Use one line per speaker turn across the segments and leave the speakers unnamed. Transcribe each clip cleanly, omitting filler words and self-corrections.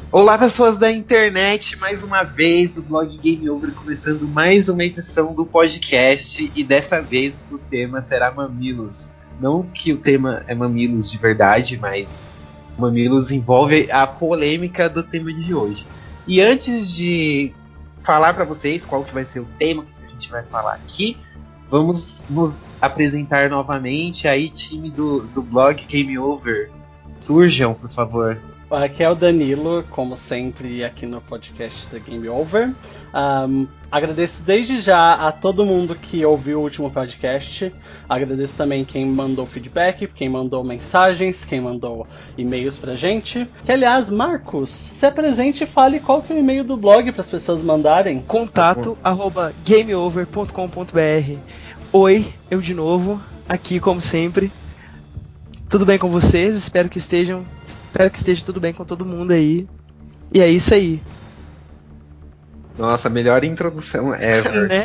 Olá, pessoas da internet, mais uma vez do blog Game Over, começando mais uma edição do podcast, e dessa vez o tema será mamilos. Não que o tema é mamilos de verdade, mas mamilos envolve a polêmica do tema de hoje. E antes de falar para vocês qual que vai ser o tema que a gente vai falar aqui, vamos nos apresentar novamente aí, time do blog Game Over. Surjam, por favor.
Aqui é o Danilo, como sempre, aqui no podcast da Game Over. Agradeço desde já a todo mundo que ouviu o último podcast. Agradeço também quem mandou feedback, quem mandou mensagens, quem mandou e-mails pra gente. Que, aliás, Marcos, se apresente e fale qual que é o e-mail do blog para as pessoas mandarem.
contato@gameover.com.br. Oi, eu de novo, aqui como sempre. Tudo bem com vocês? Espero que esteja tudo bem com todo mundo aí. E é isso aí.
Nossa, melhor introdução ever.
Né?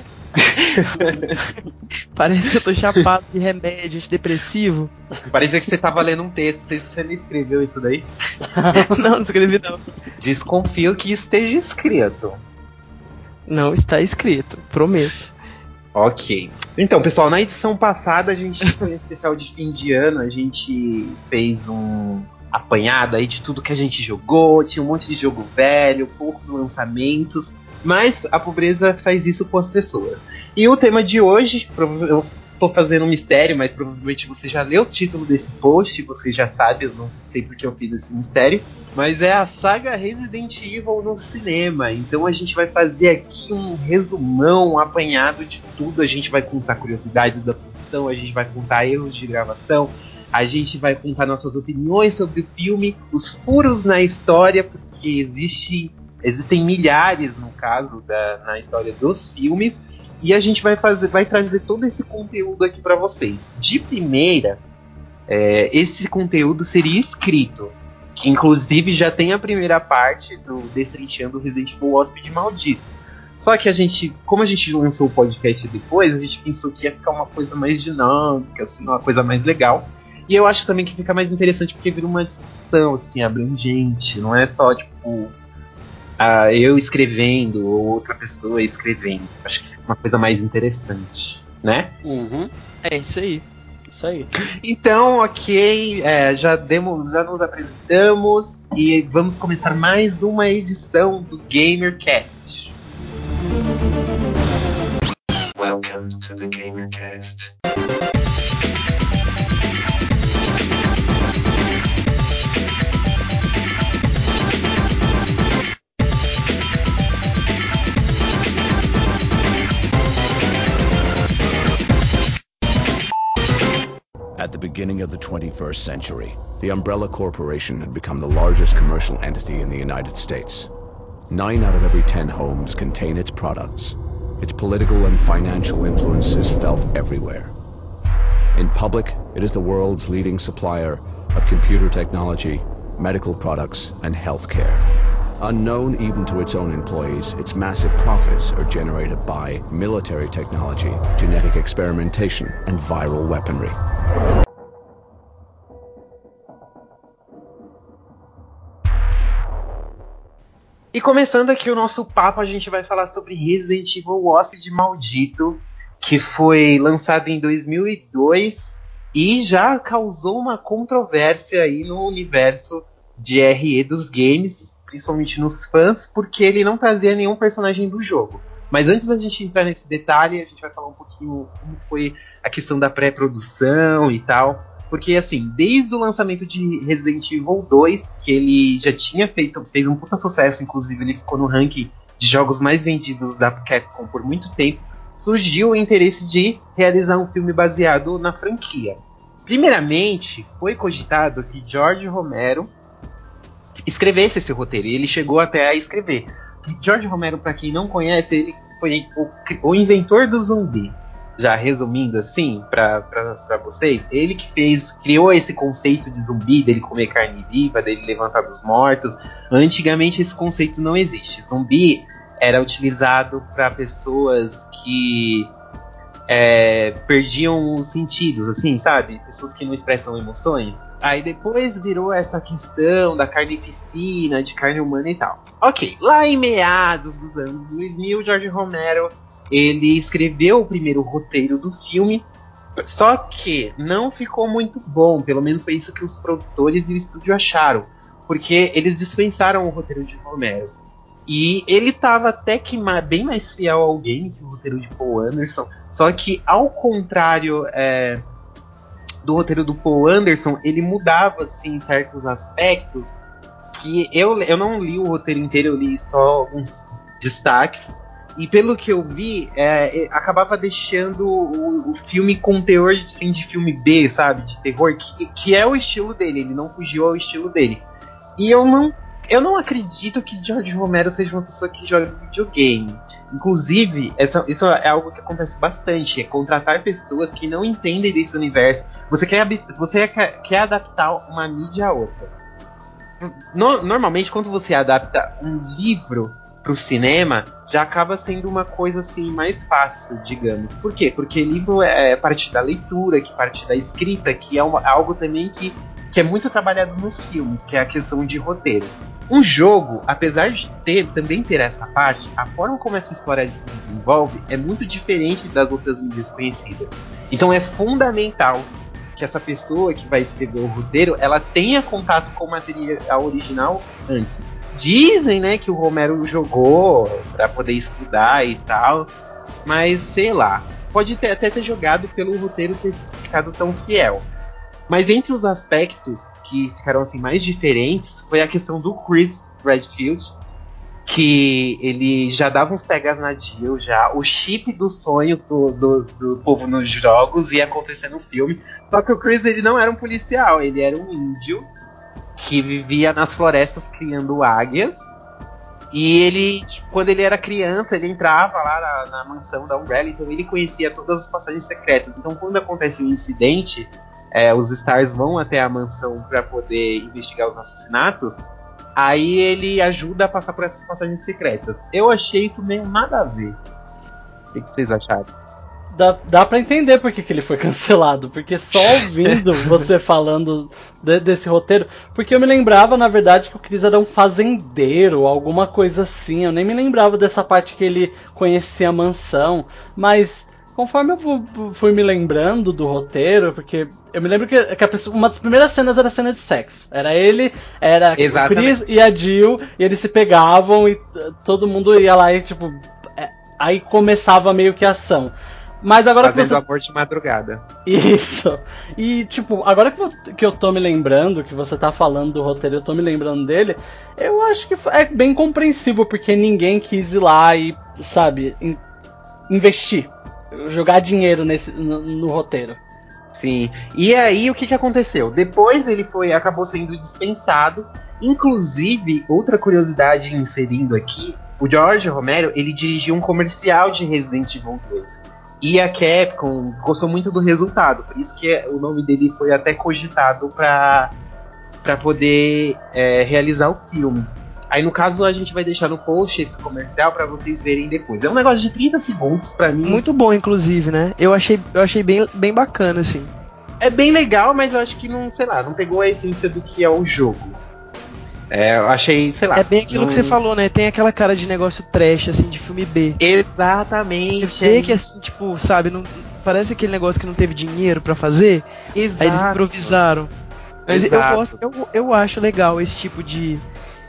Parece que eu tô chapado de remédio antidepressivo.
Parecia que você tava lendo um texto. Você não escreveu isso daí?
Não escrevi não.
Desconfio que esteja escrito.
Não está escrito, prometo.
Ok. Então, pessoal, na edição passada a gente foi um especial de fim de ano. A gente fez um apanhado aí de tudo que a gente jogou. Tinha um monte de jogo velho, poucos lançamentos. Mas a pobreza faz isso com as pessoas. E o tema de hoje, eu tô fazendo um mistério, mas provavelmente você já leu o título desse post, você já sabe, eu não sei porque eu fiz esse mistério. Mas é a saga Resident Evil no cinema. Então a gente vai fazer aqui um resumão, um apanhado de tudo. A gente vai contar curiosidades da produção, a gente vai contar erros de gravação, a gente vai contar nossas opiniões sobre o filme, os furos na história, porque existem milhares, no caso, na história dos filmes. E a gente vai trazer todo esse conteúdo aqui para vocês. De primeira, esse conteúdo seria escrito, que inclusive já tem a primeira parte do Destrinchando Resident Evil Hóspede Maldito. Só que como a gente lançou o podcast depois, a gente pensou que ia ficar uma coisa mais dinâmica, assim, uma coisa mais legal. E eu acho também que fica mais interessante porque vira uma discussão, assim, abrangente. Não é só, tipo, eu escrevendo ou outra pessoa escrevendo. Acho que fica uma coisa mais interessante, né?
Uhum.
É isso aí.
Isso aí.
Então, ok, já nos apresentamos e vamos começar mais uma edição do GamerCast. Welcome to the GamerCast.
At the beginning of the 21st century, the Umbrella Corporation had become the largest commercial entity in the United States. 9 out of every 10 homes contain its products. Its political and financial influence is felt everywhere. In public, it is the world's leading supplier of computer technology, medical products, and healthcare. Unknown even to its own employees, its massive profits are generated by military technology, genetic experimentation, and viral weaponry.
E começando aqui o nosso papo, a gente vai falar sobre Resident Evil O Hóspede Maldito, que foi lançado em 2002 e já causou uma controvérsia aí no universo de RE dos games, principalmente nos fãs, porque ele não trazia nenhum personagem do jogo. Mas antes da gente entrar nesse detalhe, a gente vai falar um pouquinho como foi a questão da pré-produção e tal. Porque, assim, desde o lançamento de Resident Evil 2, que ele já fez um puta sucesso, inclusive ele ficou no ranking de jogos mais vendidos da Capcom por muito tempo, surgiu o interesse de realizar um filme baseado na franquia. Primeiramente, foi cogitado que George Romero escrevesse esse roteiro, e ele chegou até a escrever. George Romero, para quem não conhece, ele foi o inventor do zumbi. Já resumindo assim para vocês, ele que criou esse conceito de zumbi, dele comer carne viva, dele levantar dos mortos. Antigamente esse conceito não existe. Zumbi era utilizado para pessoas que perdiam os sentidos, assim, sabe? Pessoas que não expressam emoções. Aí depois virou essa questão da carnificina, de carne humana e tal. Ok, lá em meados dos anos 2000, George Romero, ele escreveu o primeiro roteiro do filme, só que não ficou muito bom, pelo menos foi isso que os produtores e o estúdio acharam, porque eles dispensaram o roteiro de Romero. E ele estava até que bem mais fiel ao game que o roteiro de Paul Anderson, só que ao contrário do roteiro do Paul Anderson, ele mudava assim, certos aspectos que eu não li o roteiro inteiro, eu li só alguns destaques. E pelo que eu vi, acabava deixando o filme com teor assim, de filme B, sabe? De terror, que é o estilo dele, ele não fugiu ao estilo dele. E eu não acredito que George Romero seja uma pessoa que joga videogame. Inclusive, isso é algo que acontece bastante, é contratar pessoas que não entendem desse universo. Você quer adaptar uma mídia a outra. Normalmente, quando você adapta um livro para o cinema, já acaba sendo uma coisa assim mais fácil, digamos. Por quê? Porque livro é parte da leitura, que parte da escrita, que é algo também que é muito trabalhado nos filmes, que é a questão de roteiro. Um jogo, apesar de também ter essa parte, a forma como essa história se desenvolve é muito diferente das outras mídias conhecidas. Então é fundamental que essa pessoa que vai escrever o roteiro, ela tenha contato com o material original antes. Dizem, né, que o Romero jogou para poder estudar e tal, mas sei lá, pode até ter jogado pelo roteiro ter ficado tão fiel. Mas entre os aspectos que ficaram assim mais diferentes foi a questão do Chris Redfield, que ele já dava uns pegas na Jill, já o chip do sonho do povo nos jogos ia acontecer no filme. Só que o Chris, ele não era um policial, ele era um índio que vivia nas florestas criando águias. E ele, quando ele era criança, ele entrava lá na mansão da Umbrella, então ele conhecia todas as passagens secretas. Então quando acontece um incidente, os Stars vão até a mansão para poder investigar os assassinatos. Aí ele ajuda a passar por essas passagens secretas. Eu achei isso meio nada a ver. O que vocês acharam?
Dá pra entender por que ele foi cancelado, porque só ouvindo você falando desse roteiro, porque eu me lembrava, na verdade, que o Chris era um fazendeiro, alguma coisa assim, eu nem me lembrava dessa parte que ele conhecia a mansão, mas conforme eu fui me lembrando do roteiro, porque eu me lembro que uma das primeiras cenas era a cena de sexo, era o Chris e a Jill, e eles se pegavam e todo mundo ia lá e tipo, aí começava meio que a ação. Mas agora
fazendo amor de madrugada.
Isso. E, tipo, agora que eu tô me lembrando, que você tá falando do roteiro, eu tô me lembrando dele, eu acho que é bem compreensível, porque ninguém quis ir lá e, sabe, investir, jogar dinheiro no roteiro.
Sim. E aí, o que aconteceu? Depois ele acabou sendo dispensado. Inclusive, outra curiosidade inserindo aqui, o George Romero, ele dirigiu um comercial de Resident Evil 2. E a Capcom gostou muito do resultado, por isso que o nome dele foi até cogitado para poder realizar o filme. Aí no caso a gente vai deixar no post esse comercial para vocês verem depois. É um negócio de 30 segundos para mim.
Muito bom, inclusive, né? Eu achei bem bacana, assim.
É bem legal, mas eu acho que não, sei lá, não pegou a essência do que é o jogo. Eu achei, sei lá.
É bem aquilo que você falou, né? Tem aquela cara de negócio trash, assim, de filme B.
Exatamente.
Você vê que, assim, tipo, sabe, não, parece aquele negócio que não teve dinheiro pra fazer.
Exato.
Aí eles improvisaram. Mas eu acho legal esse tipo de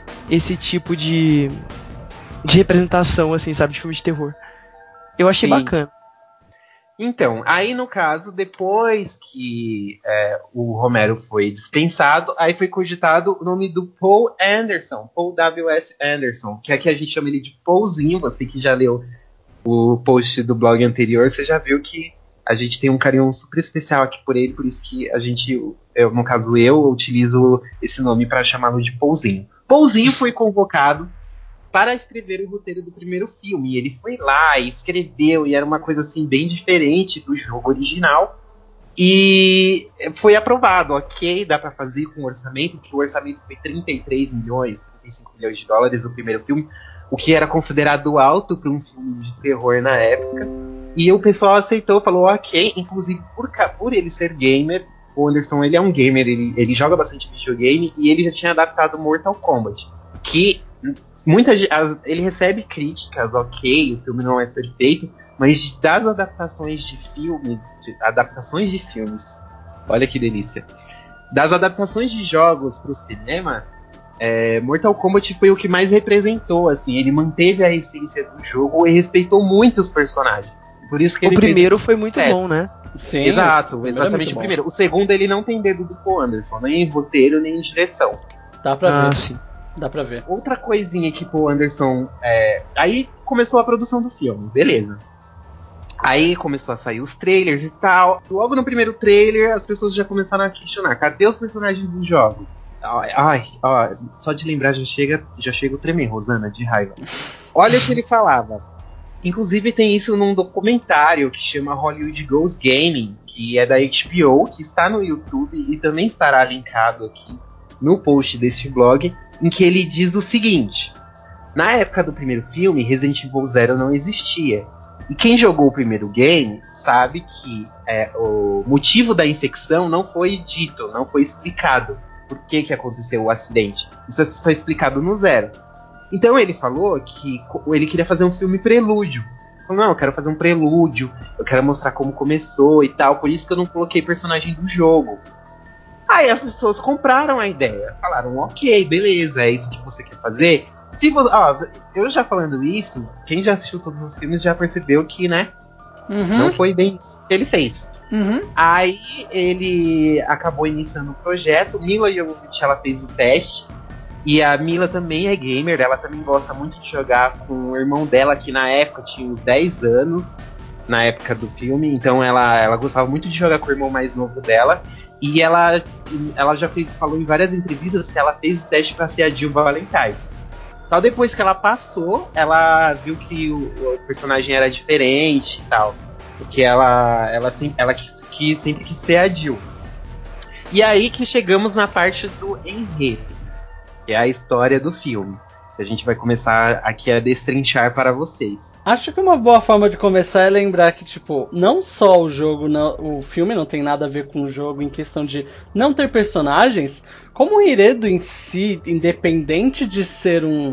representação, assim, sabe, de filme de terror. Eu achei bacana.
Então, aí no caso, depois que o Romero foi dispensado, aí foi cogitado o nome do Paul Anderson, Paul W.S. Anderson, que aqui a gente chama ele de Paulzinho. Você que já leu o post do blog anterior, você já viu que a gente tem um carinho super especial aqui por ele, por isso que no caso eu utilizo esse nome para chamá-lo de Paulzinho. Paulzinho foi convocado para escrever o roteiro do primeiro filme. E ele foi lá e escreveu, e era uma coisa assim bem diferente do jogo original. E foi aprovado, ok, dá para fazer com o orçamento, que o orçamento foi 33 milhões, 35 milhões de dólares o primeiro filme, o que era considerado alto para um filme de terror na época. E o pessoal aceitou, falou ok, inclusive por ele ser gamer, O Anderson, ele é um gamer, ele joga bastante videogame e ele já tinha adaptado Mortal Kombat, que ele recebe críticas, ok, o filme não é perfeito, mas das adaptações de filmes, olha que delícia, das adaptações de jogos para o cinema, Mortal Kombat foi o que mais representou, assim, ele manteve a essência do jogo e respeitou muito os personagens. Por isso que
O
ele
primeiro foi muito bom, né?
Sim,
Exato,
é
exatamente o primeiro. O segundo, ele não tem dedo do Paul Anderson, nem em roteiro, nem em direção.
Dá pra ver.
Sim.
Dá pra ver.
Outra coisinha que Paul Anderson... Aí começou a produção do filme, beleza. Aí começou a sair os trailers e tal. Logo no primeiro trailer, as pessoas já começaram a questionar. Cadê os personagens dos jogos? Só de lembrar já chega o tremer, Rosana, de raiva. Olha o que ele falava. Inclusive tem isso num documentário que chama Hollywood Goes Gaming, que é da HBO, que está no YouTube e também estará linkado aqui no post deste blog, em que ele diz o seguinte: na época do primeiro filme, Resident Evil Zero não existia. E quem jogou o primeiro game sabe que o motivo da infecção não foi dito, não foi explicado. Por que aconteceu o acidente? Isso é só explicado no Zero. Então ele falou que ele queria fazer um filme prelúdio. Ele falou, não, eu quero fazer um prelúdio, eu quero mostrar como começou e tal, por isso que eu não coloquei personagem do jogo. Aí as pessoas compraram a ideia, falaram, ok, beleza, é isso que você quer fazer? Eu já falando isso, quem já assistiu todos os filmes já percebeu que, né, não foi bem isso que ele fez. Aí ele acabou iniciando o projeto, Mila Jovovich, ela fez o teste, e a Mila também é gamer, ela também gosta muito de jogar com o irmão dela, que na época tinha uns 10 anos, na época do filme, então ela gostava muito de jogar com o irmão mais novo dela, e ela já falou em várias entrevistas que ela fez o teste para ser a Jill Valentine. Só depois que ela passou, ela viu que o personagem era diferente e tal, porque ela sempre quis ser a Jill. E aí que chegamos na parte do enredo, que é a história do filme. A gente vai começar aqui a destrinchar para vocês.
Acho que uma boa forma de começar é lembrar que, tipo, não só o filme não tem nada a ver com o jogo em questão de não ter personagens, como o enredo em si, independente de ser um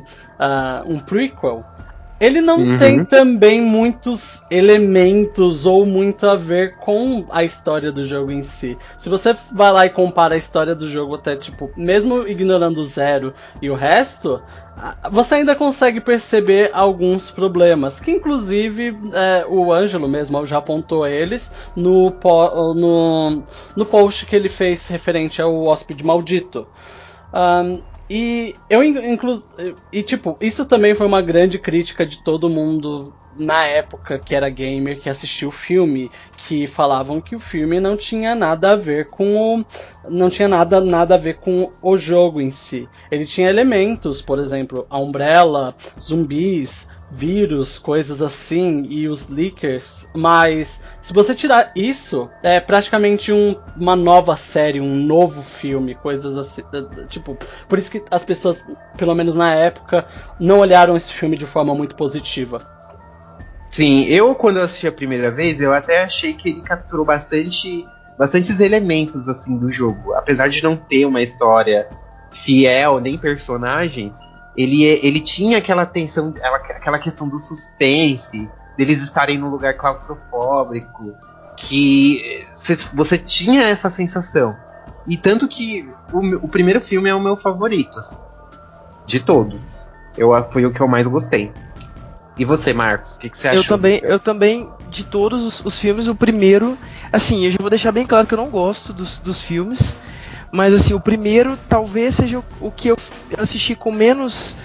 prequel, ele não tem também muitos elementos ou muito a ver com a história do jogo em si. Se você vai lá e compara a história do jogo até, tipo, mesmo ignorando o Zero e o resto, você ainda consegue perceber alguns problemas, que inclusive o Ângelo mesmo já apontou eles no post que ele fez referente ao Hóspede Maldito. Tipo, isso também foi uma grande crítica de todo mundo na época que era gamer, que assistiu o filme, que falavam que o filme não tinha nada a ver com nada a ver com o jogo em si. Ele tinha elementos, por exemplo, a Umbrella, zumbis, vírus, coisas assim, e os leakers, mas se você tirar isso, é praticamente uma nova série, um novo filme, coisas assim, tipo, por isso que as pessoas, pelo menos na época, não olharam esse filme de forma muito positiva.
Sim, quando eu assisti a primeira vez, eu até achei que ele capturou bastantes elementos assim do jogo, apesar de não ter uma história fiel nem personagens. Ele tinha aquela tensão, aquela questão do suspense, deles estarem num lugar claustrofóbico, que você tinha essa sensação. E tanto que o primeiro filme é o meu favorito, assim, de todos. Foi o que eu mais gostei. E você, Marcos, o que você achou?
Eu também, de todos os filmes, o primeiro, assim, eu já vou deixar bem claro que eu não gosto dos filmes, mas assim, o primeiro talvez seja o que eu assisti com menos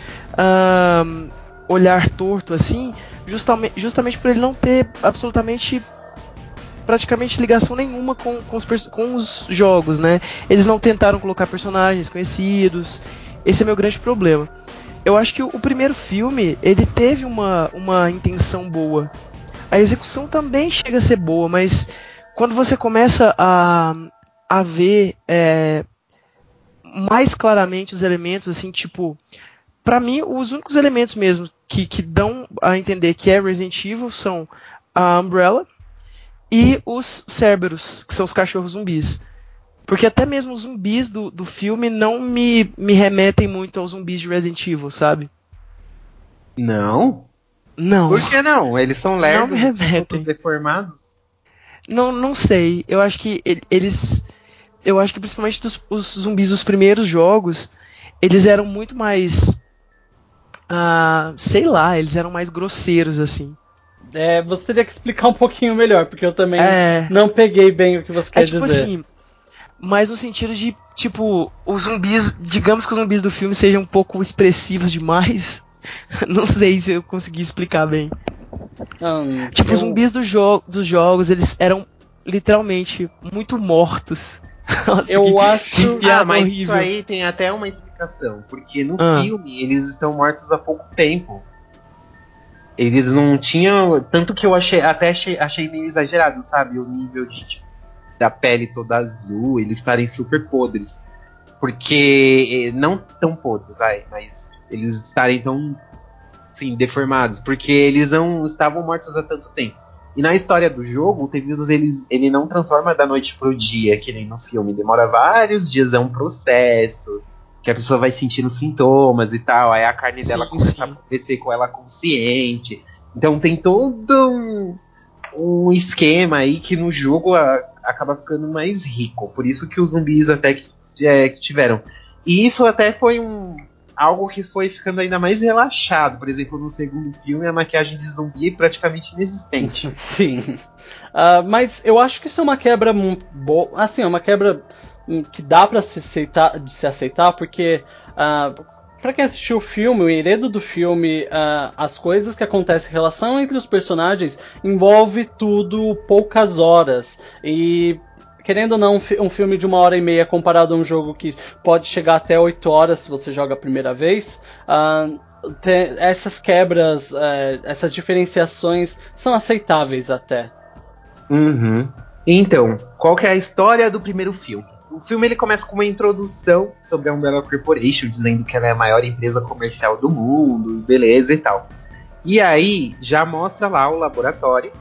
olhar torto, assim, justamente por ele não ter praticamente ligação nenhuma com os jogos, né? Eles não tentaram colocar personagens conhecidos, esse é meu grande problema. Eu acho que o primeiro filme, ele teve uma intenção boa. A execução também chega a ser boa, mas quando você começa a ver mais claramente os elementos, assim, tipo, pra mim, os únicos elementos mesmo que dão a entender que é Resident Evil são a Umbrella e os Cerberus, que são os cachorros zumbis. Porque até mesmo os zumbis do filme não me remetem muito aos zumbis de Resident Evil, sabe?
Não?
Não.
Por que não? Eles são
Não
lerdos
me
e são
remetem.
todos deformados?
Não sei. Eu acho que eles. Eu acho que principalmente os zumbis dos primeiros jogos, eles eram muito mais. Sei lá, eles eram mais grosseiros, assim.
Você teria que explicar um pouquinho melhor, porque eu também
É.
não peguei bem o que você quer
Tipo
dizer.
assim, mas no sentido de, tipo, os zumbis, digamos que os zumbis do filme sejam um pouco expressivos demais. Não sei se eu consegui explicar bem. Tipo, os zumbis dos jogos, eles eram literalmente muito mortos. Nossa,
eu acho.
piada
Mas
horrível.
isso aí tem até uma explicação. Porque no
Ah.
filme eles estão mortos há pouco tempo. Eles não tinham. Tanto que eu achei meio exagerado, sabe? O nível da pele toda azul, eles estarem super podres. Porque. Não tão podres, mas eles estarem tão. Sim, deformados. Porque eles não estavam mortos há tanto tempo. E na história do jogo, o T-Virus ele não transforma da noite pro dia, que nem no filme. Demora vários dias, é um processo. Que a pessoa vai sentindo sintomas e tal. Aí a carne dela começa a apodrecer com ela consciente. Então tem todo um esquema aí que no jogo acaba ficando mais rico. Por isso que os zumbis até que tiveram. E isso até foi algo que foi ficando ainda mais relaxado. Por exemplo, no segundo filme, a maquiagem de zumbi é praticamente inexistente.
Sim. Mas eu acho que isso é uma quebra boa. Assim, é uma quebra que dá pra se aceitar, porque. Pra quem assistiu o filme, o enredo do filme, as coisas que acontecem, a relação entre os personagens envolve tudo poucas horas. E, querendo ou não, um filme de 1h30 comparado a um jogo que pode chegar até 8 horas se você joga a primeira vez, essas quebras, essas diferenciações são aceitáveis até.
Uhum. Então, qual que é a história do primeiro filme? O filme ele começa com uma introdução sobre a Umbrella Corporation, dizendo que ela é a maior empresa comercial do mundo, beleza e tal. E aí já mostra lá o laboratório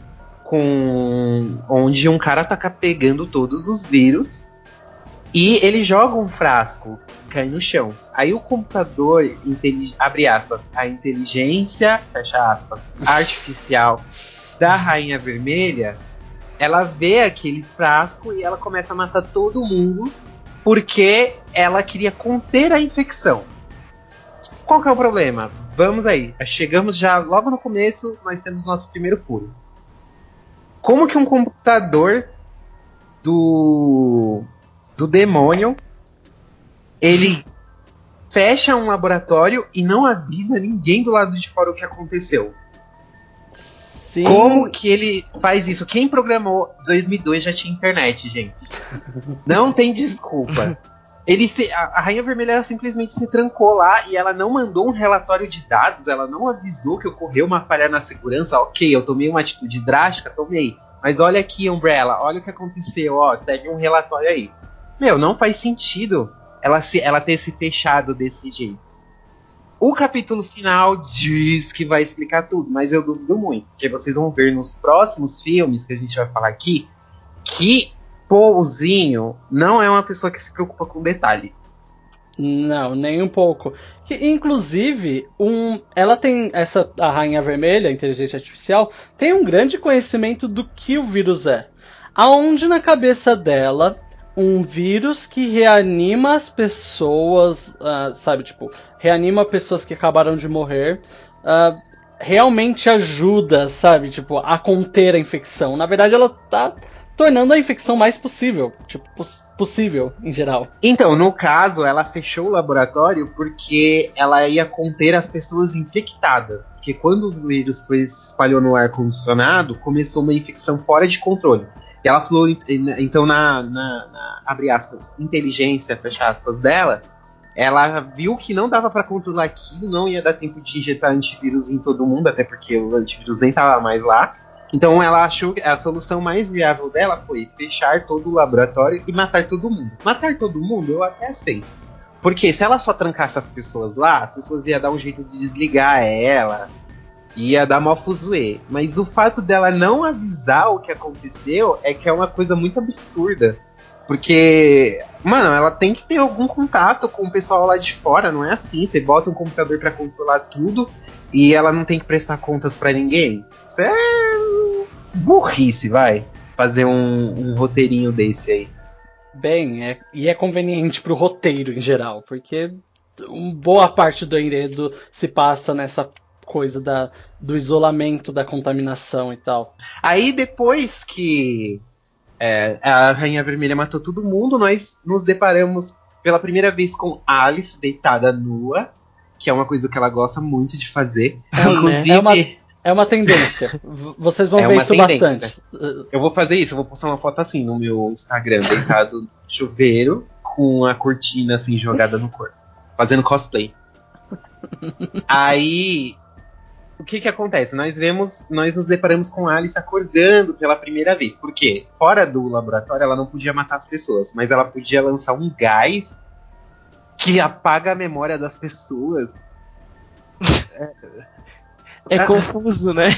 onde um cara tá pegando todos os vírus e ele joga um frasco e cai no chão. Aí o computador, abre aspas, a inteligência, fecha aspas, artificial da Rainha Vermelha, ela vê aquele frasco e ela começa a matar todo mundo porque ela queria conter a infecção. Qual que é o problema? Vamos aí, chegamos já logo no começo, nós temos nosso primeiro furo. Como que um computador do demônio ele fecha um laboratório e não avisa ninguém do lado de fora o que aconteceu?
Sim.
Como que ele faz isso? Quem programou 2002 já tinha internet, gente. Não tem desculpa. A Rainha Vermelha ela simplesmente se trancou lá e ela não mandou um relatório de dados, ela não avisou que ocorreu uma falha na segurança. Ok, eu tomei uma atitude drástica, tomei. Mas olha aqui, Umbrella, olha o que aconteceu, ó, segue um relatório aí. Meu, não faz sentido ela ter se fechado desse jeito. O capítulo final diz que vai explicar tudo, mas eu duvido muito, porque vocês vão ver nos próximos filmes que a gente vai falar aqui que Paulzinho não é uma pessoa que se preocupa com detalhe.
Não, nem um pouco. Inclusive, ela tem a Rainha Vermelha, a inteligência artificial, tem um grande conhecimento do que o vírus é. Aonde na cabeça dela um vírus que reanima as pessoas, sabe, tipo, reanima pessoas que acabaram de morrer, realmente ajuda, sabe, tipo, a conter a infecção. Na verdade, ela tá tornando a infecção mais possível, tipo, possível em geral.
Então, no caso, ela fechou o laboratório porque ela ia conter as pessoas infectadas. Porque quando o vírus se espalhou no ar-condicionado, começou uma infecção fora de controle. E ela falou, então, abre aspas, inteligência, fecha aspas, dela, ela viu que não dava para controlar aquilo, não ia dar tempo de injetar antivírus em todo mundo, até porque o antivírus nem tava mais lá. Então ela achou que a solução mais viável dela foi fechar todo o laboratório e matar todo mundo. Matar todo mundo eu até sei. Porque se ela só trancasse as pessoas lá, as pessoas iam dar um jeito de desligar ela, ia dar mó fuzuê. Mas o fato dela não avisar o que aconteceu é que é uma coisa muito absurda. Porque, mano, ela tem que ter algum contato com o pessoal lá de fora, não é assim. Você bota um computador pra controlar tudo e ela não tem que prestar contas pra ninguém. Isso é burrice, vai. Fazer um roteirinho desse aí.
Bem, e é conveniente pro roteiro em geral, porque boa parte do enredo se passa nessa coisa do isolamento, da contaminação e tal.
Aí depois que a Rainha Vermelha matou todo mundo, nós nos deparamos pela primeira vez com Alice deitada nua, que é uma coisa que ela gosta muito de fazer. Inclusive,
é uma tendência. Vocês vão ver isso
tendência.
Bastante.
Eu vou fazer isso, eu vou postar uma foto assim no meu Instagram, deitado no chuveiro, com a cortina assim jogada no corpo, fazendo cosplay. Aí, o que acontece? Nós nos deparamos com a Alice acordando pela primeira vez. Por quê? Fora do laboratório, ela não podia matar as pessoas, mas ela podia lançar um gás que apaga a memória das pessoas.
Confuso, né?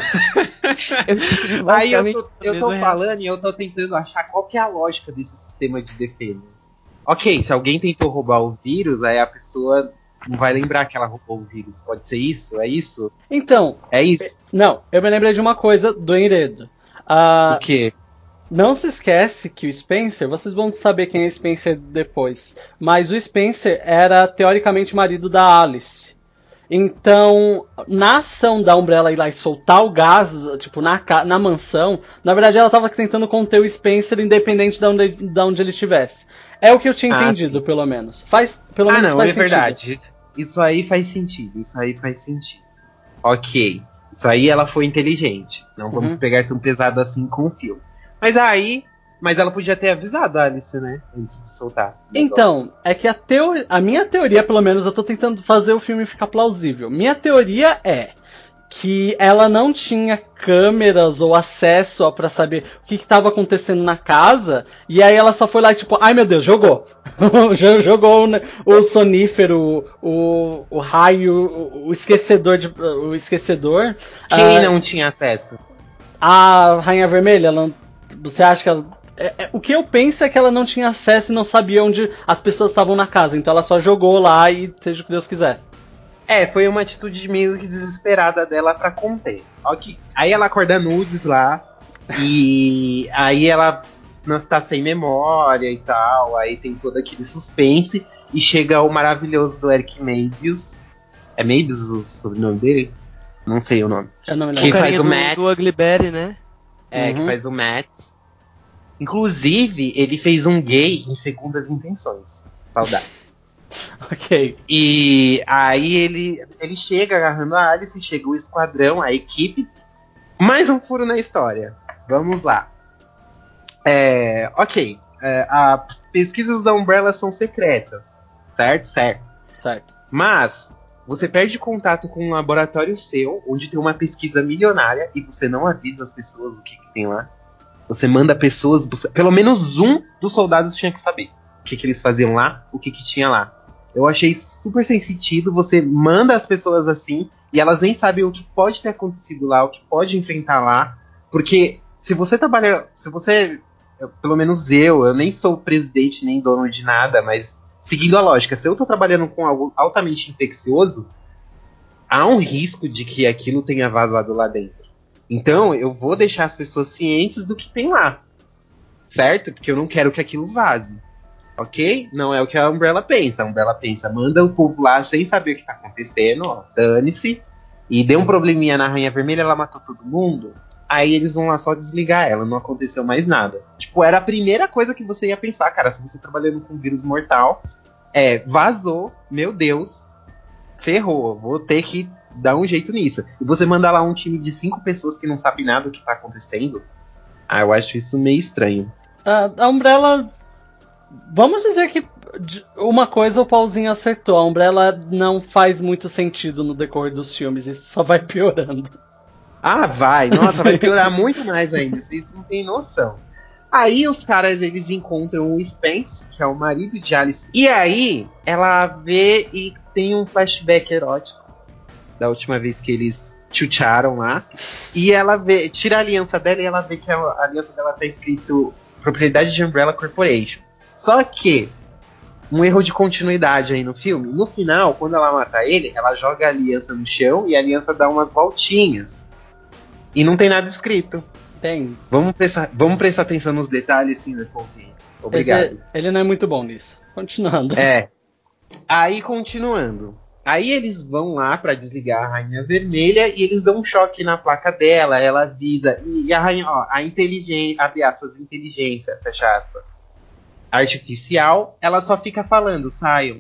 Aí eu tô falando e eu tô tentando achar qual que é a lógica desse sistema de defesa. Ok, se alguém tentou roubar o vírus, aí a pessoa não vai lembrar que ela roubou o vírus. Pode ser isso? É isso?
Então.
É isso?
Não, eu me lembrei de uma coisa do enredo.
O quê?
Não se esquece que o Spencer, vocês vão saber quem é Spencer depois, mas o Spencer era teoricamente marido da Alice. Então, na ação da Umbrella ir lá e soltar o gás, tipo, na mansão, na verdade ela tava tentando conter o Spencer independente de onde ele estivesse. É o que eu tinha entendido,
sim.
pelo menos. Faz sentido.
Verdade. Isso aí faz sentido. Ok. Isso aí ela foi inteligente. Não vamos pegar tão pesado assim com o filme. Mas ela podia ter avisado a Alice, né? Antes de soltar.
Então, é que a minha teoria, pelo menos, eu tô tentando fazer o filme ficar plausível. Minha teoria é que ela não tinha câmeras ou acesso para saber o que estava acontecendo na casa, e aí ela só foi lá e tipo, ai meu Deus, jogou. Jogou o sonífero, o raio, o esquecedor.
Quem não tinha acesso?
A Rainha Vermelha, você acha que ela... o que eu penso é que ela não tinha acesso e não sabia onde as pessoas estavam na casa, então ela só jogou lá e seja o que Deus quiser.
Foi uma atitude meio que desesperada dela pra conter. Okay. Aí ela acorda nudes lá, e aí ela não está sem memória e tal, aí tem todo aquele suspense, e chega o maravilhoso do Eric Mebius. É Mebius o sobrenome dele? Não sei o nome.
Eu não me lembro. Que faz o Matt. Do Ugly Betty, né?
Que faz o Matt. Inclusive, ele fez um gay em Segundas Intenções. Saudades.
Ok.
E aí ele chega agarrando a Alice, chega o esquadrão, a equipe. Mais um furo na história. Vamos lá. Ok. As pesquisas da Umbrella são secretas. Certo. Mas você perde contato com um laboratório seu, onde tem uma pesquisa milionária, e você não avisa as pessoas o que tem lá. Você manda pessoas buscar. Pelo menos um dos soldados tinha que saber o que eles faziam lá, o que tinha lá. Eu achei super sem sentido. Você manda as pessoas assim e elas nem sabem o que pode ter acontecido lá, o que pode enfrentar lá. Porque se você trabalha. Se você. Pelo menos eu nem sou presidente nem dono de nada, mas seguindo a lógica, se eu tô trabalhando com algo altamente infeccioso, há um risco de que aquilo tenha vazado lá dentro. Então eu vou deixar as pessoas cientes do que tem lá. Certo? Porque eu não quero que aquilo vaze. Ok? Não é o que a Umbrella pensa. A Umbrella pensa, manda o povo lá sem saber o que tá acontecendo, ó, dane-se. E deu um probleminha na Rainha Vermelha, ela matou todo mundo. Aí eles vão lá só desligar ela, não aconteceu mais nada. Tipo, era a primeira coisa que você ia pensar, cara, se você trabalhando com vírus mortal. Vazou, meu Deus, ferrou, vou ter que dar um jeito nisso. E você mandar lá um time de 5 pessoas que não sabem nada do que tá acontecendo, eu acho isso meio estranho.
A Umbrella... Vamos dizer que uma coisa o Paulzinho acertou. A Umbrella não faz muito sentido no decorrer dos filmes. Isso só vai piorando.
Vai. Nossa, vai piorar muito mais ainda. Vocês não têm noção. Aí os caras, eles encontram o Spence, que é o marido de Alice. E aí, ela vê e tem um flashback erótico da última vez que eles chucharam lá. E ela tira a aliança dela e ela vê que a aliança dela tá escrito propriedade de Umbrella Corporation. Só que um erro de continuidade aí no filme. No final, quando ela mata ele, ela joga a aliança no chão e a aliança dá umas voltinhas. E não tem nada escrito.
Tem.
Vamos prestar atenção nos detalhes, sim, Nepolzinho. Obrigado.
Ele não é muito bom nisso. Continuando.
Aí, continuando. Aí eles vão lá pra desligar a Rainha Vermelha e eles dão um choque na placa dela. Ela avisa. E a rainha, a inteligência, abre aspas, inteligência, fecha aspas, artificial, ela só fica falando: saiam,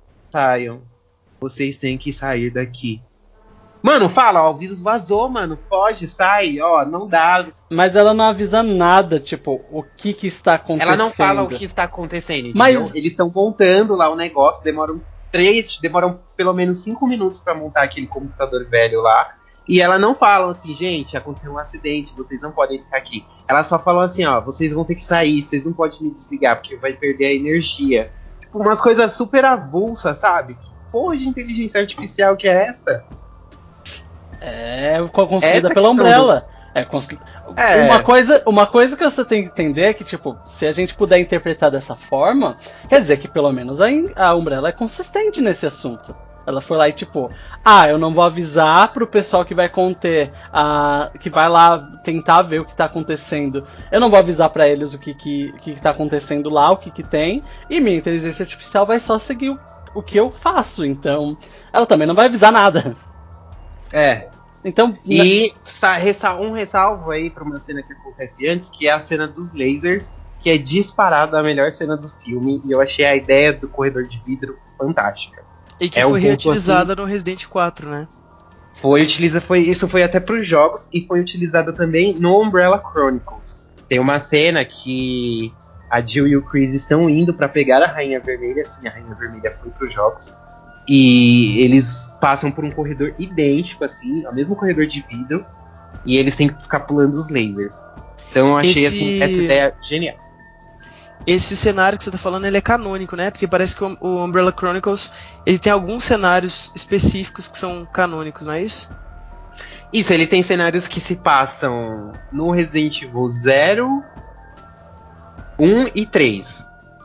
vocês têm que sair daqui. Mano, fala, o vírus vazou, mano, pode, sai, não dá.
Mas ela não avisa nada, tipo, o que está acontecendo.
Ela não fala o que está acontecendo, entendeu?
Mas
eles estão montando lá o negócio, demoram pelo menos 5 minutos pra montar aquele computador velho lá. E ela não fala assim: gente, aconteceu um acidente, vocês não podem ficar aqui. Ela só fala assim: vocês vão ter que sair, vocês não podem me desligar, porque vai perder a energia. Tipo, umas coisas super avulsas, sabe? Que porra de inteligência artificial que é essa?
É construída pela Umbrella. Uma coisa que você tem que entender é que, tipo, se a gente puder interpretar dessa forma, quer dizer que pelo menos a Umbrella é consistente nesse assunto. Ela foi lá e tipo, eu não vou avisar pro pessoal que vai conter, que vai lá tentar ver o que tá acontecendo. Eu não vou avisar pra eles o que tá acontecendo lá, o que tem, e minha inteligência artificial vai só seguir o que eu faço. Então, ela também não vai avisar nada. Então,
e um ressalvo aí pra uma cena que acontece antes, que é a cena dos lasers, que é disparada a melhor cena do filme, e eu achei a ideia do corredor de vidro fantástica.
E que foi reutilizada no Resident 4, né?
Isso foi até pros jogos, e foi utilizado também no Umbrella Chronicles. Tem uma cena que a Jill e o Chris estão indo pra pegar a Rainha Vermelha, assim, a Rainha Vermelha foi pros jogos, e eles passam por um corredor idêntico, assim, o mesmo corredor de vidro, e eles têm que ficar pulando os lasers. Então eu achei assim, essa ideia genial.
Esse cenário que você tá falando, ele é canônico, né? Porque parece que o Umbrella Chronicles, ele tem alguns cenários específicos que são canônicos, não é isso?
Isso, ele tem cenários que se passam no Resident Evil 0, 1 e 3.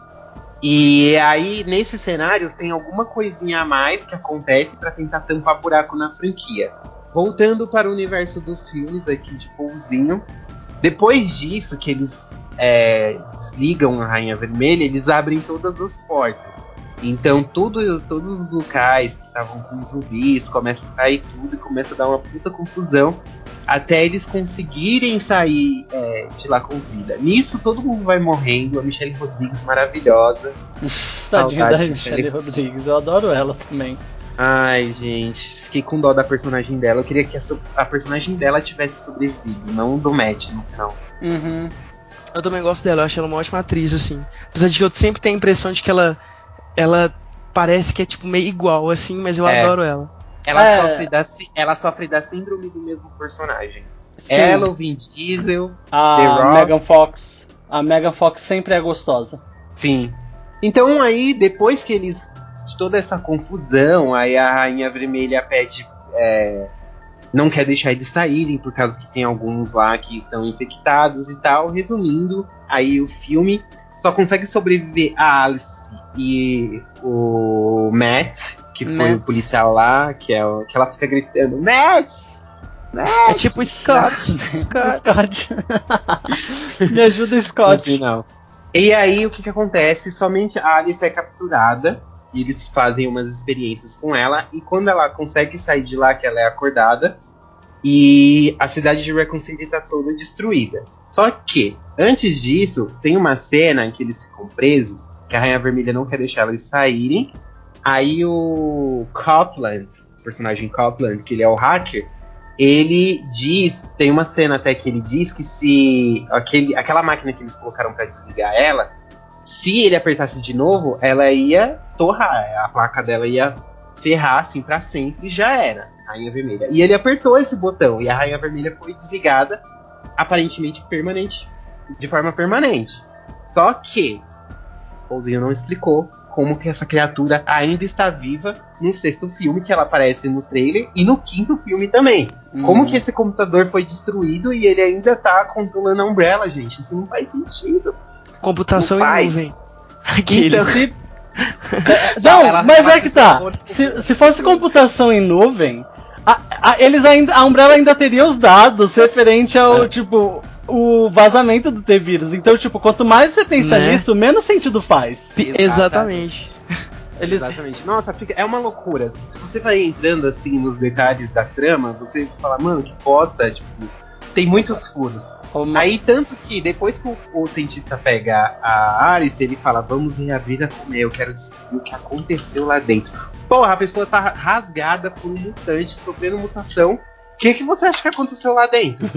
E aí, nesses cenários, tem alguma coisinha a mais que acontece pra tentar tampar buraco na franquia. Voltando para o universo dos filmes aqui de Pouzinho, depois disso, que eles desligam a Rainha Vermelha, eles abrem todas as portas. Então todos os locais que estavam com zumbis começam a sair tudo e começa a dar uma puta confusão até eles conseguirem sair de lá com vida. Nisso todo mundo vai morrendo. A Michelle Rodrigues maravilhosa.
Tadinha da Michelle Rodrigues, eu adoro ela também.
Ai, gente, fiquei com dó da personagem dela. Eu queria que a personagem dela tivesse sobrevivido, não do Matt no final.
Uhum.
Eu também gosto dela, eu acho ela uma ótima atriz, assim. Apesar de que eu sempre tenho a impressão de que ela parece que é tipo meio igual, assim, mas eu adoro ela.
Ela sofre da síndrome do mesmo personagem.
Sim.
Ela, o Vin Diesel,
a
The Rock.
Megan Fox. A Megan Fox sempre é gostosa.
Sim. Então aí, depois que eles... de toda essa confusão, aí a Rainha Vermelha pede... não quer deixar eles saírem, por causa que tem alguns lá que estão infectados e tal. Resumindo, aí o filme só consegue sobreviver a Alice e o Matt, que foi o policial lá, que ela fica gritando: Matt!
É tipo Scott.
Me ajuda, Scott.
Não. E aí o que acontece? Somente a Alice é capturada e eles fazem umas experiências com ela, e quando ela consegue sair de lá, que ela é acordada, e a cidade de Raccoon City tá toda destruída. Só que, antes disso, tem uma cena em que eles ficam presos, que a Rainha Vermelha não quer deixar eles saírem. Aí o Copeland, o personagem Copeland, que ele é o hacker, ele diz, tem uma cena até que ele diz que se aquela máquina que eles colocaram pra desligar ela, se ele apertasse de novo, ela ia torrar, a placa dela ia ferrar assim pra sempre, e já era, Rainha Vermelha. E ele apertou esse botão, e a Rainha Vermelha foi desligada, aparentemente de forma permanente. Só que o Pouzinho não explicou como que essa criatura ainda está viva no 6º filme, que ela aparece no trailer, e no 5º filme também. Como que esse computador foi destruído e ele ainda tá controlando a Umbrella, gente? Isso não faz sentido.
Computação
Não
em
faz.
nuvem. Aqueles.
Não, mas é que tá. Se fosse computação em nuvem, a Umbrella ainda teria os dados referente ao, tipo, o vazamento do T-Vírus. Então, tipo, quanto mais você pensa
Né?
nisso, menos sentido faz.
Exatamente.
Exatamente. Nossa, é uma loucura. Se você vai entrando assim nos detalhes da trama, você fala, mano, que bosta, tipo, tem muitos furos. Aí, tanto que depois que o cientista pega a Alice, ele fala, vamos reabrir a colmeia, eu quero descobrir o que aconteceu lá dentro. Porra, a pessoa tá rasgada por um mutante, sofrendo mutação. O que você acha que aconteceu lá dentro?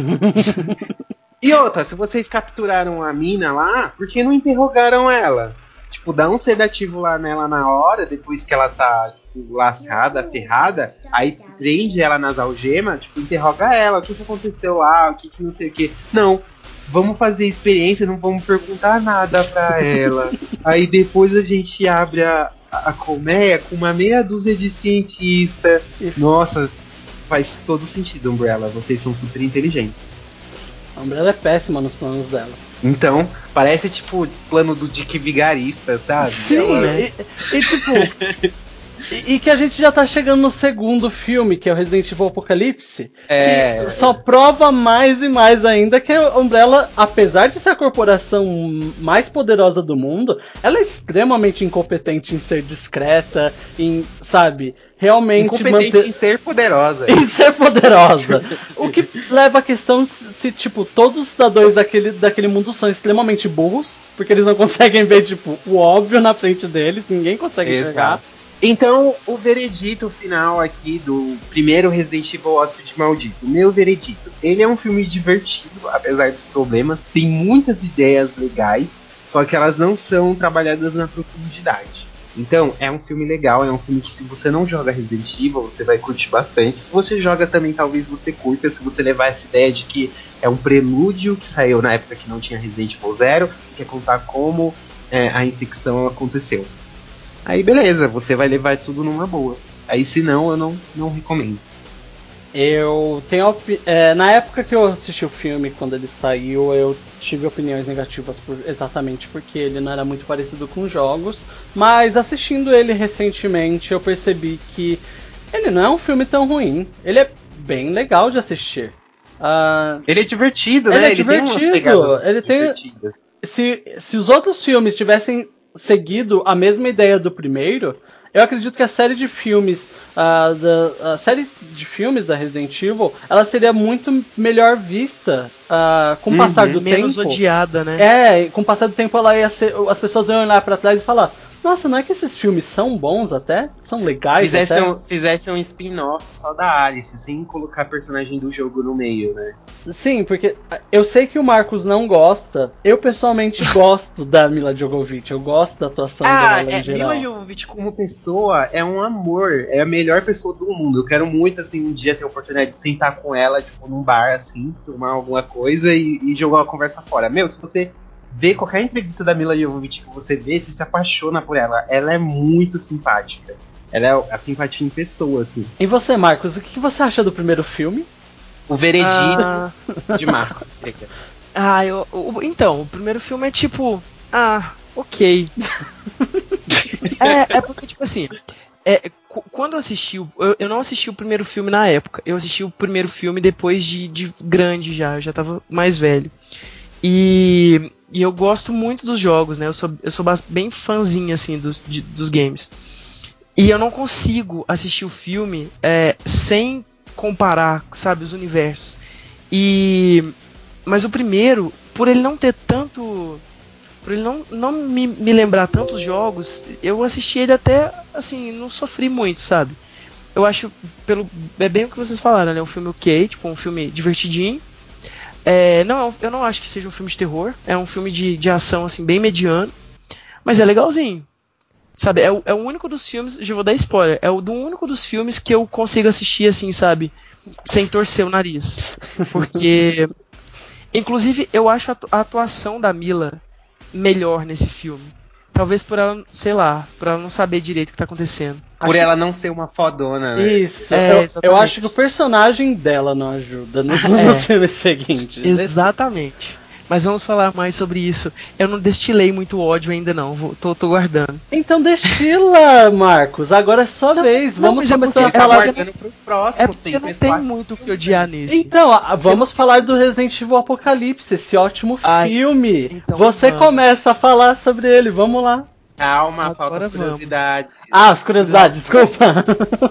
E outra, se vocês capturaram a mina lá, por que não interrogaram ela? Tipo, dá um sedativo lá nela na hora, depois que ela tá, tipo, lascada, ferrada, aí prende ela nas algemas, tipo, interroga ela, o que aconteceu lá, o que não sei o que. Não, vamos fazer experiência, não vamos perguntar nada pra ela. Aí depois a gente abre a colmeia com uma meia dúzia de cientistas. Nossa, faz todo sentido, Umbrella, vocês são super inteligentes.
A Umbrella é péssima nos planos dela.
Então, parece tipo plano do Dick Vigarista, sabe?
Sim, né? E tipo. E que a gente já tá chegando no segundo filme, que é o Resident Evil Apocalipse. Que só prova mais e mais ainda que a Umbrella, apesar de ser a corporação mais poderosa do mundo, ela é extremamente incompetente em ser discreta, em, sabe, realmente
incompetente em ser poderosa.
Em ser poderosa. O que leva à questão se, tipo, todos os cidadãos daquele mundo são extremamente burros, porque eles não conseguem ver, tipo, o óbvio na frente deles, ninguém consegue enxergar.
Então, o veredito final aqui do primeiro Resident Evil Hóspede Maldito. Meu veredito. Ele é um filme divertido, apesar dos problemas. Tem muitas ideias legais, só que elas não são trabalhadas na profundidade. Então, é um filme legal, é um filme que se você não joga Resident Evil, você vai curtir bastante. Se você joga também, talvez você curta, se você levar essa ideia de que é um prelúdio que saiu na época que não tinha Resident Evil 0, e quer contar como a infecção aconteceu. Aí beleza, você vai levar tudo numa boa. Aí se não, eu não recomendo.
Eu tenho na época que eu assisti o filme, quando ele saiu, eu tive opiniões negativas exatamente porque ele não era muito parecido com jogos. Mas assistindo ele recentemente, eu percebi que ele não é um filme tão ruim. Ele é bem legal de assistir.
Ele é divertido, né?
Ele tem umas pegadas divertidas. Se os outros filmes tivessem seguido a mesma ideia do primeiro, eu acredito que a série de filmes a série de filmes da Resident Evil, ela seria muito melhor vista com o passar do
menos
tempo.
Odiada, né?
Com o passar do tempo ela ia ser, as pessoas iam olhar pra trás e falar: nossa, não é que esses filmes são bons até? São legais
Fizesse um spin-off só da Alice, sem colocar a personagem do jogo no meio, né?
Sim, porque eu sei que o Marcos não gosta. Eu pessoalmente gosto da Mila Jovovich. Eu gosto da atuação dela em geral.
Mila Jovovich como pessoa é um amor. É a melhor pessoa do mundo. Eu quero muito, assim, um dia ter a oportunidade de sentar com ela, tipo, num bar, assim, tomar alguma coisa e jogar uma conversa fora. Meu, se você vê qualquer entrevista da Mila Jovovich que você vê, você se apaixona por ela. Ela é muito simpática. Ela é a simpatia em pessoa, assim.
E você, Marcos, o que você acha do primeiro filme?
O veredito de Marcos.
Então, o primeiro filme é tipo... ok. é porque, tipo assim... quando eu assisti... Eu não assisti o primeiro filme na época. Eu assisti o primeiro filme depois de grande já. Eu já tava mais velho. E eu gosto muito dos jogos, né? Eu sou bem fãzinho, assim, dos games. E eu não consigo assistir o filme sem comparar, sabe, os universos. Mas o primeiro, por ele não ter tanto... Por ele não me lembrar tantos jogos, eu assisti ele até, assim, não sofri muito, sabe? Eu acho, é bem o que vocês falaram, né? É um filme ok, tipo, um filme divertidinho. Eu não acho que seja um filme de terror. É um filme de ação, assim, bem mediano. Mas é legalzinho. Sabe, é o único dos filmes, já vou dar spoiler, único dos filmes que eu consigo assistir, assim, sabe, sem torcer o nariz. Porque, inclusive, eu acho a atuação da Mila melhor nesse filme. Talvez por ela, sei lá, por ela não saber direito o que tá acontecendo.
Por ela não ser uma fodona, né?
Isso, eu acho que o personagem dela não ajuda nos filmes seguintes.
Exatamente. Mas vamos falar mais sobre isso. Eu não destilei muito ódio ainda não, tô guardando.
Então destila, Marcos. Agora é sua vez. Vamos começar a falar...
pros próximos.
É porque não tem muito o que odiar nesse.
Então, vamos falar do Resident Evil Apocalipse, esse ótimo filme.
Então
Você
vamos.
começa a falar sobre ele, vamos lá.
Calma,
Agora
falta curiosidade.
As curiosidades, desculpa.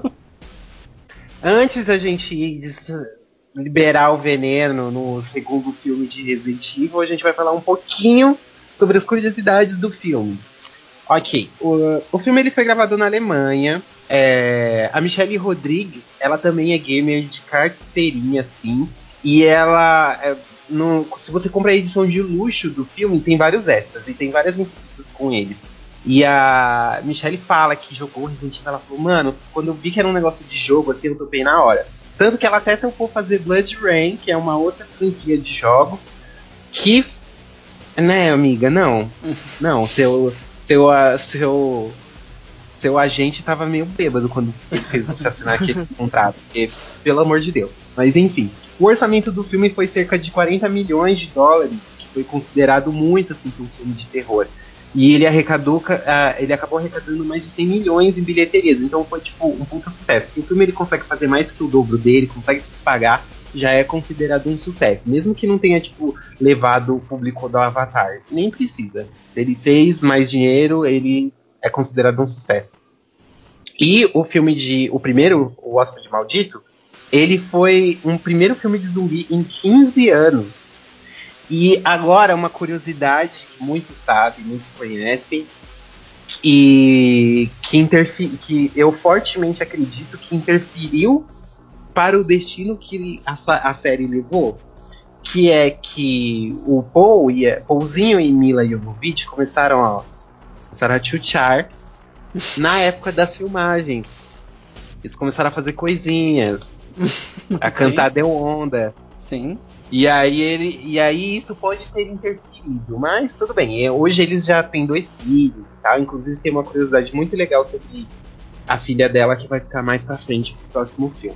Antes da gente liberar o veneno no segundo filme de Resident Evil, a gente vai falar um pouquinho sobre as curiosidades do filme. Ok, o filme ele foi gravado na Alemanha. A Michelle Rodrigues, ela também é gamer de carteirinha, assim. E ela, se você compra a edição de luxo do filme, tem vários extras e tem várias entrevistas com eles. E a Michelle fala que jogou Resident Evil, ela falou, mano, quando eu vi que era um negócio de jogo, assim, eu topei na hora. Tanto que ela até topou fazer Blood Rain, que é uma outra franquia de jogos, que, né, amiga, não. Não, seu agente tava meio bêbado quando fez você assinar aquele contrato, porque, pelo amor de Deus. Mas enfim, o orçamento do filme foi cerca de 40 milhões de dólares, que foi considerado muito, assim, para um filme de terror. E ele acabou arrecadando mais de 100 milhões em bilheterias. Então foi tipo um puta sucesso. Se o filme ele consegue fazer mais que o dobro dele, consegue se pagar, já é considerado um sucesso. Mesmo que não tenha tipo levado o público do Avatar. Nem precisa. Ele fez mais dinheiro, ele é considerado um sucesso. E o primeiro, O Hóspede Maldito, ele foi um primeiro filme de zumbi em 15 anos. E agora, uma curiosidade que muitos sabem, muitos conhecem, e que eu fortemente acredito que interferiu para o destino que a série levou, que é que o Paulzinho e Mila Jovovich começaram a chuchar na época das filmagens. Eles começaram a fazer coisinhas, a cantar Deu Onda.
Sim.
E aí isso pode ter interferido, mas tudo bem. Hoje eles já têm 2 filhos e tal. Inclusive tem uma curiosidade muito legal sobre a filha dela que vai ficar mais pra frente pro próximo filme.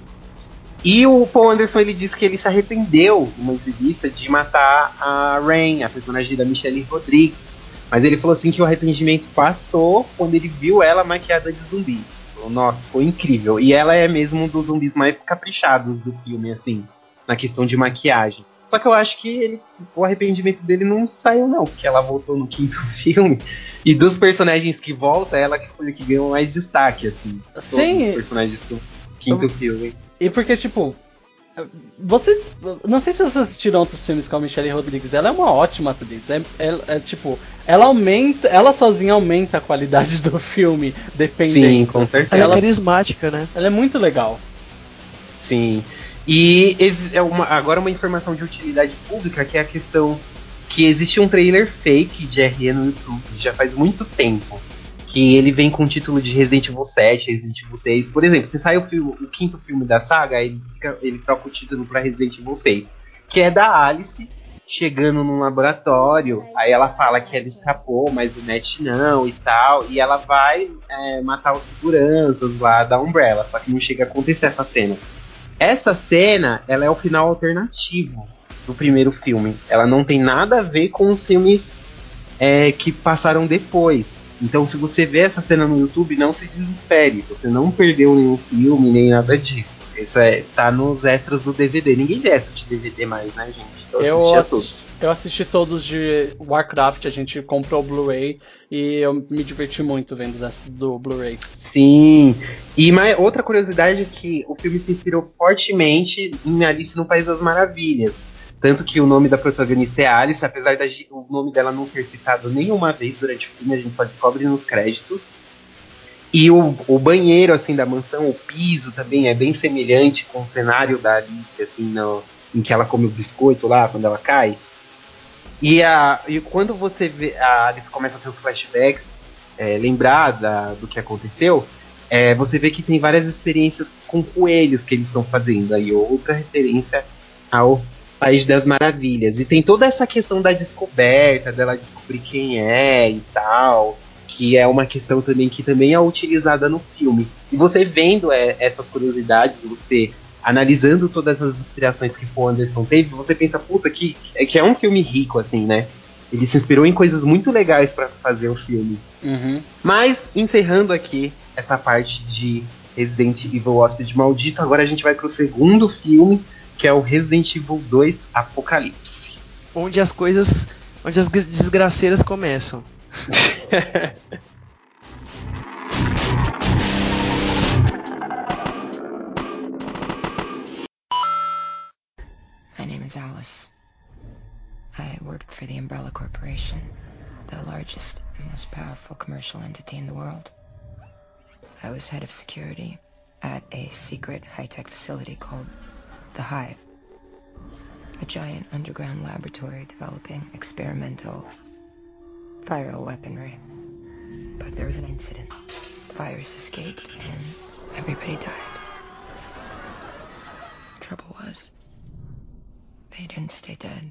E o Paul Anderson ele disse que ele se arrependeu numa entrevista de matar a Rain, a personagem da Michelle Rodrigues. Mas ele falou assim que o arrependimento passou quando ele viu ela maquiada de zumbi. Falou, nossa, foi incrível. E ela é mesmo um dos zumbis mais caprichados do filme, assim, na questão de maquiagem. Só que eu acho que o arrependimento dele não saiu não, porque ela voltou no 5º filme. E dos personagens que volta, ela que foi o que ganhou mais destaque, assim.
Sim.
Todos os personagens do 5º filme.
E porque, tipo, vocês... Não sei se vocês assistiram outros filmes com a Michelle Rodrigues. Ela é uma ótima atriz. Tipo, ela sozinha aumenta a qualidade do filme, dependendo.
Sim, com certeza.
Ela é carismática, né?
Ela é muito legal.
Sim. E agora uma informação de utilidade pública, que é a questão que existe um trailer fake de RE no YouTube, já faz muito tempo, que ele vem com o título de Resident Evil 7, Resident Evil 6. Por exemplo, se sai o 5º filme da saga, ele troca o título para Resident Evil 6, que é da Alice chegando num laboratório, aí ela fala que ela escapou, mas o Matt não e tal, e ela vai matar os seguranças lá da Umbrella, só que não chega a acontecer essa cena. Essa cena, ela é o final alternativo do primeiro filme. Ela não tem nada a ver com os filmes que passaram depois. Então, se você vê essa cena no YouTube, não se desespere. Você não perdeu nenhum filme, nem nada disso. Isso tá nos extras do DVD. Ninguém vê essa de DVD mais, né, gente?
Eu assisti todos de Warcraft, a gente comprou o Blu-ray e eu me diverti muito vendo os extras do Blu-ray.
Sim. E outra curiosidade é que o filme se inspirou fortemente em Alice no País das Maravilhas. Tanto que o nome da protagonista é Alice, apesar o nome dela não ser citado nenhuma vez durante o filme, a gente só descobre nos créditos. E o banheiro, assim, da mansão, o piso também é bem semelhante com o cenário da Alice, assim, em que ela come o biscoito lá, quando ela cai. E quando você vê, a Alice começa a ter os flashbacks, lembrar do que aconteceu, você vê que tem várias experiências com coelhos que eles estão fazendo. Aí outra referência ao País das Maravilhas. E tem toda essa questão da descoberta, dela descobrir quem é e tal, que é uma questão também que também é utilizada no filme. E você vendo essas curiosidades, você analisando todas as inspirações que o Anderson teve, você pensa, puta, que é um filme rico, assim, né? Ele se inspirou em coisas muito legais para fazer o filme.
Uhum.
Mas, encerrando aqui essa parte de Resident Evil Hóspede Maldito, agora a gente vai pro segundo filme, que é o Resident Evil 2 Apocalipse.
Onde as desgraceiras começam.
My name is Alice. I worked for the Umbrella Corporation, the largest and most powerful commercial entity in the world. I was head of security at a secret high-tech facility called The Hive, a giant underground laboratory developing experimental viral weaponry. But there was an incident. The virus escaped and everybody died. The trouble was, they didn't stay dead.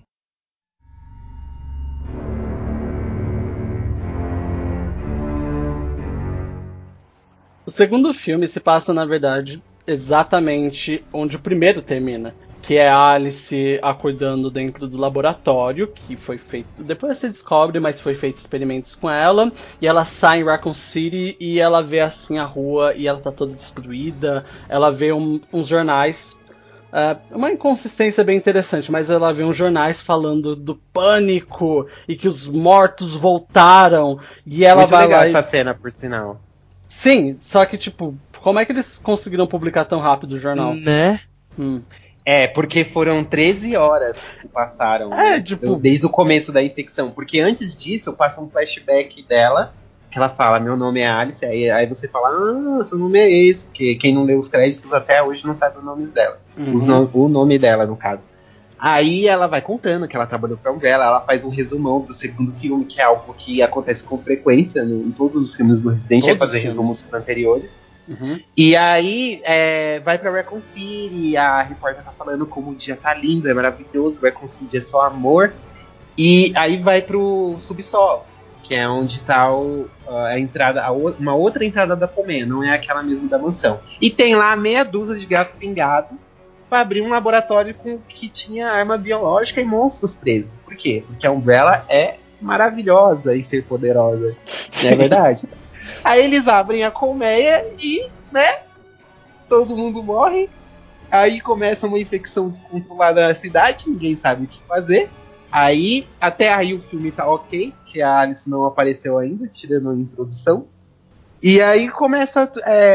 O segundo filme se passa, na verdade, exatamente onde o primeiro termina, que é a Alice acordando dentro do laboratório, que foi feito... Depois você descobre, mas foi feito experimentos com ela, e ela sai em Raccoon City e ela vê assim a rua e ela tá toda destruída, ela vê uns jornais... uma inconsistência bem interessante, mas ela vê uns jornais falando do pânico e que os mortos voltaram, e ela
Muito
vai
legal
lá
essa cena, por sinal.
Sim, só que, tipo, como é que eles conseguiram publicar tão rápido o jornal?
Né?
Porque foram 13 horas que passaram, né?
Tipo...
Desde o começo da infecção. Porque antes disso, passa um flashback dela, que ela fala, meu nome é Alice, aí você fala, seu nome é esse, porque quem não leu os créditos até hoje não sabe o nome dela. O nome dela, no caso. Aí ela vai contando que ela trabalhou pra Umbrella, ela faz um resumão do segundo filme, que é algo que acontece com frequência em todos os filmes do Resident, é fazer resumo dos anteriores. E aí vai pra Raccoon City, a repórter tá falando como o dia tá lindo, é maravilhoso, Raccoon City é só amor. E aí vai pro subsolo, que é onde tá a entrada, uma outra entrada da colmeia, não é aquela mesmo da mansão. E tem lá meia dúzia de gato pingado pra abrir um laboratório que tinha arma biológica e monstros presos. Por quê? Porque a Umbrella é maravilhosa em ser poderosa. Não é verdade? Aí eles abrem a colmeia e, né, todo mundo morre. Aí começa uma infecção descontrolada na cidade, ninguém sabe o que fazer. Aí, até aí o filme tá ok, que a Alice não apareceu ainda, tirando a introdução. E aí começa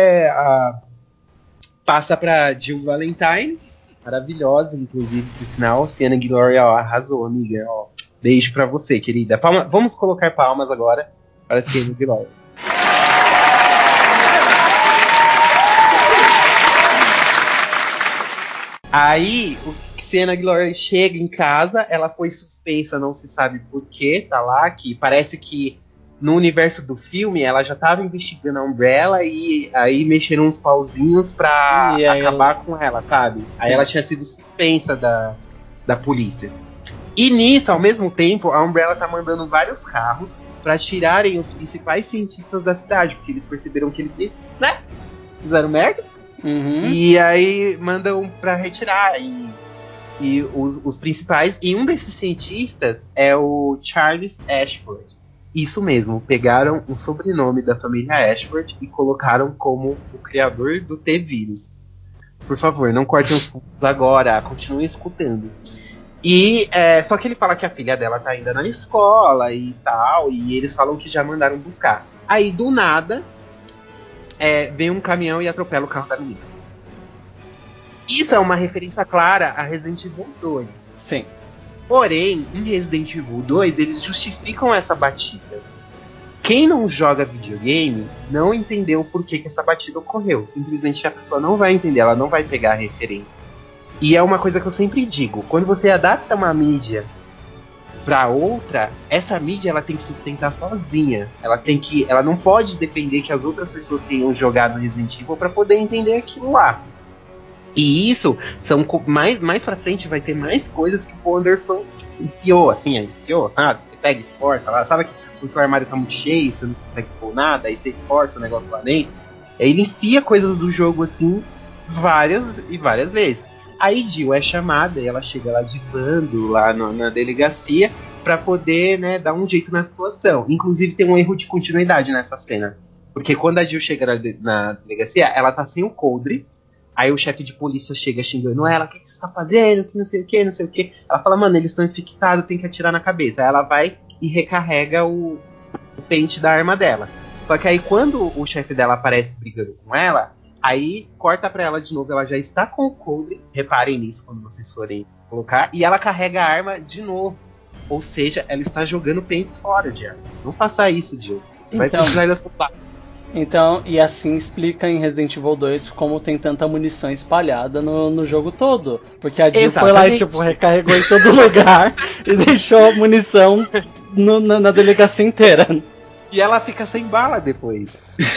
passa pra Jill Valentine, maravilhosa, inclusive, por sinal. Sienna Gloria, ó, arrasou, amiga. Ó, beijo pra você, querida. Vamos colocar palmas agora para Sienna Gloria. Aí, o Sienna Glory chega em casa, ela foi suspensa, não se sabe porquê, tá lá, que parece que no universo do filme ela já tava investigando a Umbrella e aí mexeram uns pauzinhos pra acabar com ela, sabe? Sim. Aí ela tinha sido suspensa da polícia. E nisso, ao mesmo tempo, a Umbrella tá mandando vários carros pra tirarem os principais cientistas da cidade, porque eles perceberam que eles, né, fizeram merda. E aí mandam pra retirar e os principais. E um desses cientistas é o Charles Ashford. Isso mesmo, pegaram o sobrenome da família Ashford e colocaram como o criador do T-Vírus. Por favor, não cortem os pontos agora, continuem escutando. E só que ele fala que a filha dela tá ainda na escola e tal, e eles falam que já mandaram buscar. Aí do nada vem um caminhão e atropela o carro da menina. Isso é uma referência clara a Resident Evil 2.
Sim.
Porém, em Resident Evil 2, eles justificam essa batida. Quem não joga videogame não entendeu por que essa batida ocorreu. Simplesmente a pessoa não vai entender, ela não vai pegar a referência. E é uma coisa que eu sempre digo, quando você adapta uma mídia para outra, essa mídia ela tem que sustentar sozinha. Ela não pode depender que as outras pessoas tenham jogado Resident Evil para poder entender aquilo lá. E isso são mais pra frente vai ter mais coisas que o Anderson enfiou, sabe? Você pega e força lá, sabe que o seu armário tá muito cheio, você não consegue pôr nada, aí você força o negócio lá dentro. Aí ele enfia coisas do jogo assim várias e várias vezes. Aí Jill é chamada e ela chega lá divando lá na delegacia pra poder, né, dar um jeito na situação. Inclusive tem um erro de continuidade nessa cena. Porque quando a Jill chega na delegacia, ela tá sem o coldre. Aí o chefe de polícia chega xingando ela, o que você tá fazendo? Que não sei o que, não sei o que. Ela fala, mano, eles estão infectados, tem que atirar na cabeça. Aí ela vai e recarrega o pente da arma dela. Só que aí quando o chefe dela aparece brigando com ela, aí corta pra ela de novo, ela já está com o coldre. Reparem nisso quando vocês forem colocar. E ela carrega a arma de novo. Ou seja, ela está jogando pentes fora, Diego. Não faça isso, Jill. Você vai precisar das balas.
Então, e assim explica em Resident Evil 2 como tem tanta munição espalhada no jogo todo. Porque a Jill foi lá e tipo, recarregou em todo lugar e deixou munição na delegacia inteira.
E ela fica sem bala depois.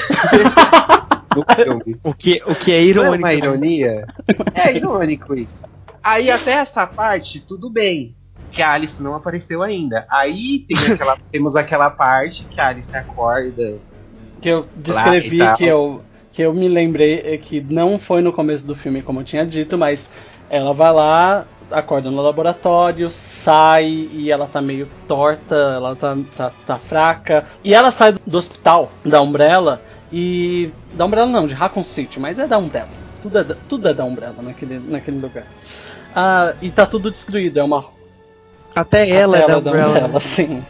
O que é irônico.
Não é uma ironia? É irônico isso. Aí até essa parte, tudo bem. Que a Alice não apareceu ainda. Aí temos aquela parte que a Alice acorda.
Que eu descrevi, que eu me lembrei que não foi no começo do filme, como eu tinha dito, mas ela vai lá, acorda no laboratório, sai e ela tá meio torta, ela tá fraca. E ela sai do hospital da Umbrella e. Da Umbrella não, de Raccoon City, mas é da Umbrella. Tudo é da Umbrella naquele lugar. E tá tudo destruído, é uma.
Até ela é da Umbrella.
Sim.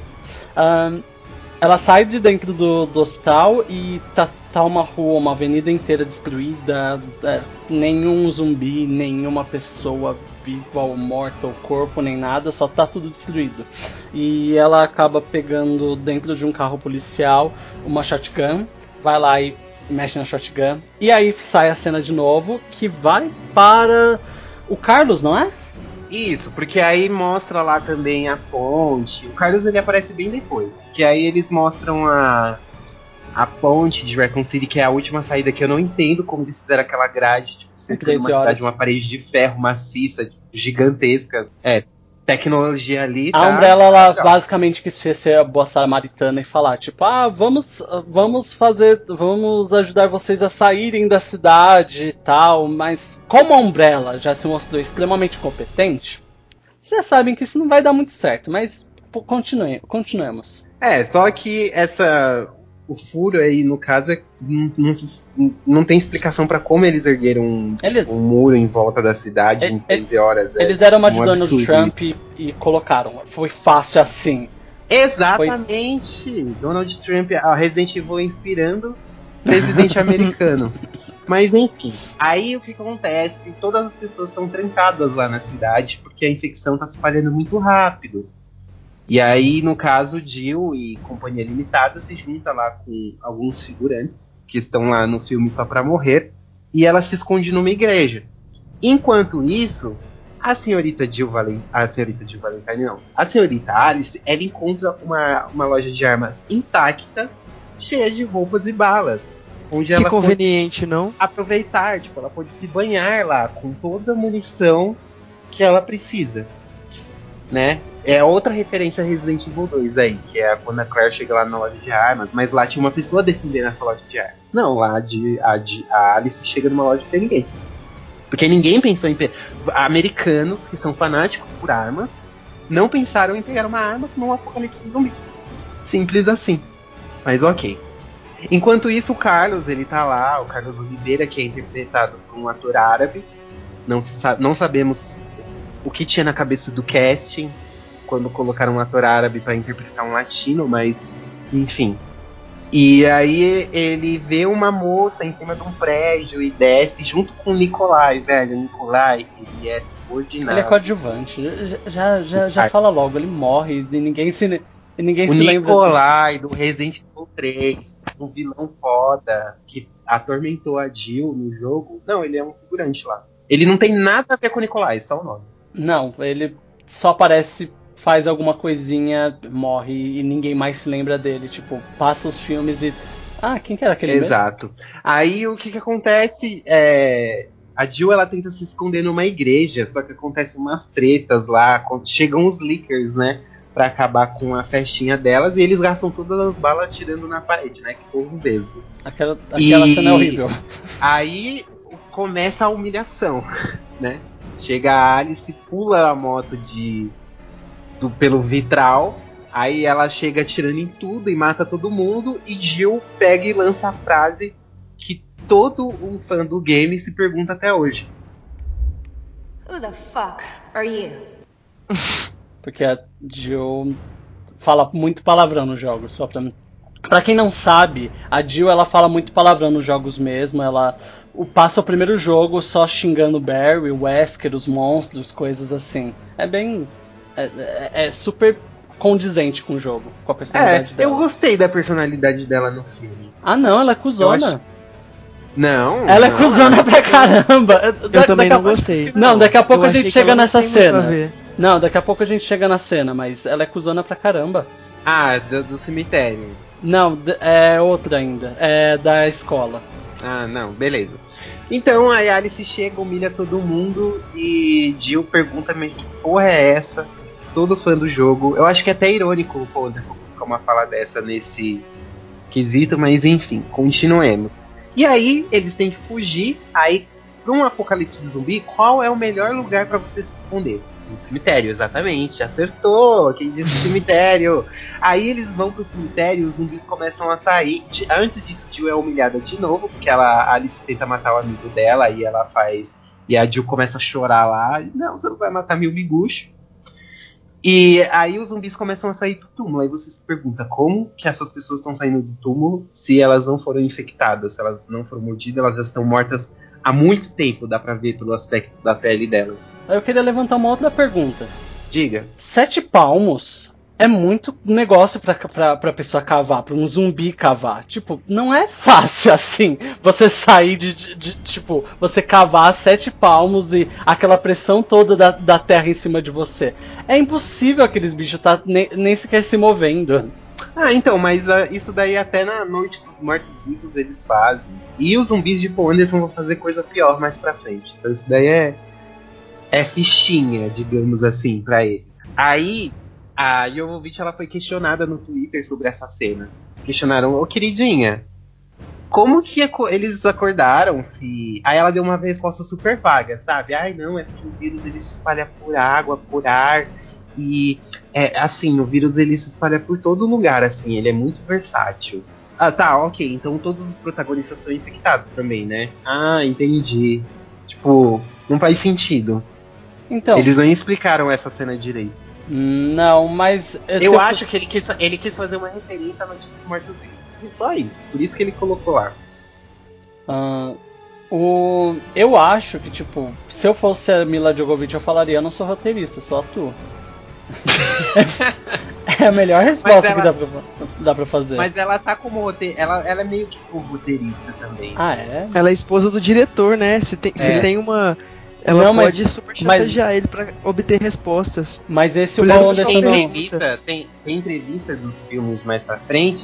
Ela sai de dentro do hospital e tá uma rua, uma avenida inteira destruída. Nenhum zumbi, nenhuma pessoa viva ou morta ou corpo, nem nada, só tá tudo destruído. E ela acaba pegando dentro de um carro policial uma shotgun, vai lá e mexe na shotgun. E aí sai a cena de novo, que vai para o Carlos, não é?
Isso, porque aí mostra lá também a ponte. O Carlos ele aparece bem depois. Que aí eles mostram a ponte de Raccoon City, que é a última saída, que eu não entendo como eles fizeram aquela grade, tipo, cercando uma cidade, uma parede de ferro maciça, tipo, gigantesca. Tecnologia ali.
A Umbrella, ela basicamente quis ser a boa samaritana e falar, tipo, vamos ajudar vocês a saírem da cidade e tal, mas como a Umbrella já se mostrou extremamente competente, vocês já sabem que isso não vai dar muito certo, mas continuemos.
Só que o furo aí, no caso, não tem explicação pra como eles ergueram um muro em volta da cidade em 13 horas.
Eles deram uma de Donald Trump e colocaram. Foi fácil assim.
Exatamente! Donald Trump, a Resident Evil inspirando presidente americano. Mas enfim, aí o que acontece? Todas as pessoas são trancadas lá na cidade porque a infecção tá se espalhando muito rápido. E aí, no caso, Jill e Companhia Limitada se junta lá com alguns figurantes que estão lá no filme só pra morrer, e ela se esconde numa igreja. Enquanto isso, a senhorita Alice, ela encontra uma loja de armas intacta, cheia de roupas e balas. Onde ela
conveniente, não?
Aproveitar, tipo, ela pode se banhar lá com toda a munição que ela precisa, né? É outra referência a Resident Evil 2 aí, que é quando a Claire chega lá na loja de armas, mas lá tinha uma pessoa defendendo essa loja de armas. Não, lá a Alice chega numa loja sem ninguém. Porque ninguém pensou em... Americanos, que são fanáticos por armas, não pensaram em pegar uma arma num apocalipse zumbi. Simples assim. Mas ok. Enquanto isso, o Carlos, ele tá lá, o Carlos Oliveira, que é interpretado por um ator árabe. Não sabemos o que tinha na cabeça do casting quando colocaram um ator árabe para interpretar um latino, mas enfim. E aí ele vê uma moça em cima de um prédio e desce junto com o Nikolai, velho. O Nikolai, ele é subordinado.
Ele é coadjuvante. Já fala logo, ele morre e ninguém se lembra. O
Nikolai do Resident Evil 3, um vilão foda que atormentou a Jill no jogo. Não, ele é um figurante lá. Ele não tem nada a ver com o Nikolai, só o nome.
Não, ele só aparece, faz alguma coisinha, morre e ninguém mais se lembra dele. Tipo, passa os filmes e... quem que era aquele
Exato.
mesmo?
Aí o que acontece a Jill, ela tenta se esconder numa igreja, só que acontecem umas tretas lá, chegam os Lickers, né, pra acabar com a festinha delas, e eles gastam todas as balas atirando na parede, né, que povo mesmo.
Aquela cena é horrível.
Aí, começa a humilhação, né? Chega a Alice, pula a moto pelo vitral, aí ela chega atirando em tudo e mata todo mundo, e Jill pega e lança a frase que todo um fã do game se pergunta até hoje.
Who the fuck are you?
Porque a Jill fala muito palavrão nos jogos, só pra quem não sabe, a Jill ela fala muito palavrão nos jogos mesmo, ela passa o primeiro jogo só xingando o Barry, o Wesker, os monstros, coisas assim. É bem... é super condizente com o jogo, com a personalidade dela.
Eu gostei da personalidade dela no filme.
Ah não, ela é cuzona.
Não.
Ela é cuzona pra caramba.
Eu também não gostei.
Não, daqui a pouco
Eu
a gente
achei que
chega
ela não
nessa
tem muito a
cena.
ver.
Não, daqui a pouco a gente chega na cena, mas ela é cuzona pra caramba.
Ah, do cemitério.
Não, é outra ainda. É da escola.
Ah, não, beleza. Então a Alice chega, humilha todo mundo e Jill pergunta, mas que porra é essa? Todo fã do jogo. Eu acho que é até irônico o Paul Anderson colocar uma fala dessa nesse quesito, mas enfim, continuemos. E aí eles têm que fugir, aí para um apocalipse zumbi, qual é o melhor lugar para você se esconder? No cemitério, exatamente, acertou, quem disse cemitério. Aí eles vão pro cemitério, os zumbis começam a sair. Antes disso, Jill é humilhada de novo, porque a Alice tenta matar o amigo dela, e ela faz... E a Jill começa a chorar lá, não, você não vai matar meu miguxo. E aí os zumbis começam a sair do túmulo. Aí você se pergunta como que essas pessoas estão saindo do túmulo se elas não foram infectadas, se elas não foram mordidas, elas já estão mortas há muito tempo, dá pra ver pelo aspecto da pele delas.
Eu queria levantar uma outra pergunta.
Diga.
7 palmos é muito negócio pra pessoa cavar, pra um zumbi cavar. Tipo, não é fácil assim você sair tipo, você cavar 7 palmos e aquela pressão toda da terra em cima de você. É impossível aqueles bichos tá nem sequer se movendo.
Ah, então, mas isso daí até na Noite dos Mortos-Vivos eles fazem. E os zumbis de Paul Anderson vão fazer coisa pior mais pra frente. Então isso daí é fichinha, digamos assim, pra ele. Aí, a Jovovich ela foi questionada no Twitter sobre essa cena. Questionaram, ô queridinha, como que eles acordaram se... Aí ela deu uma resposta super vaga, sabe? Ai, não, é porque o vírus ele se espalha por água, por ar... E, assim, o vírus ele se espalha por todo lugar, assim, ele é muito versátil. Ah, tá, ok, então todos os protagonistas estão infectados também, né? Ah, entendi. Tipo, não faz sentido.
Então,
Eles não explicaram essa cena direito.
não, mas...
Eu acho que ele quis fazer uma referência à Noite dos Mortos-Vivos. Só isso, por isso que ele colocou lá.
Eu acho que, tipo, se eu fosse a Mila Jovovich, eu falaria, eu não sou roteirista, sou ator. É a melhor resposta que dá pra fazer.
Mas ela tá como roteirista. Ela é meio que roteirista também.
Ah, é?
Ela é esposa do diretor, né? Se tem uma... Ela
não,
pode super chantagear ele pra obter respostas.
Mas esse
Por
o Paul
exemplo,
Anderson
tem entrevista dos filmes mais pra frente.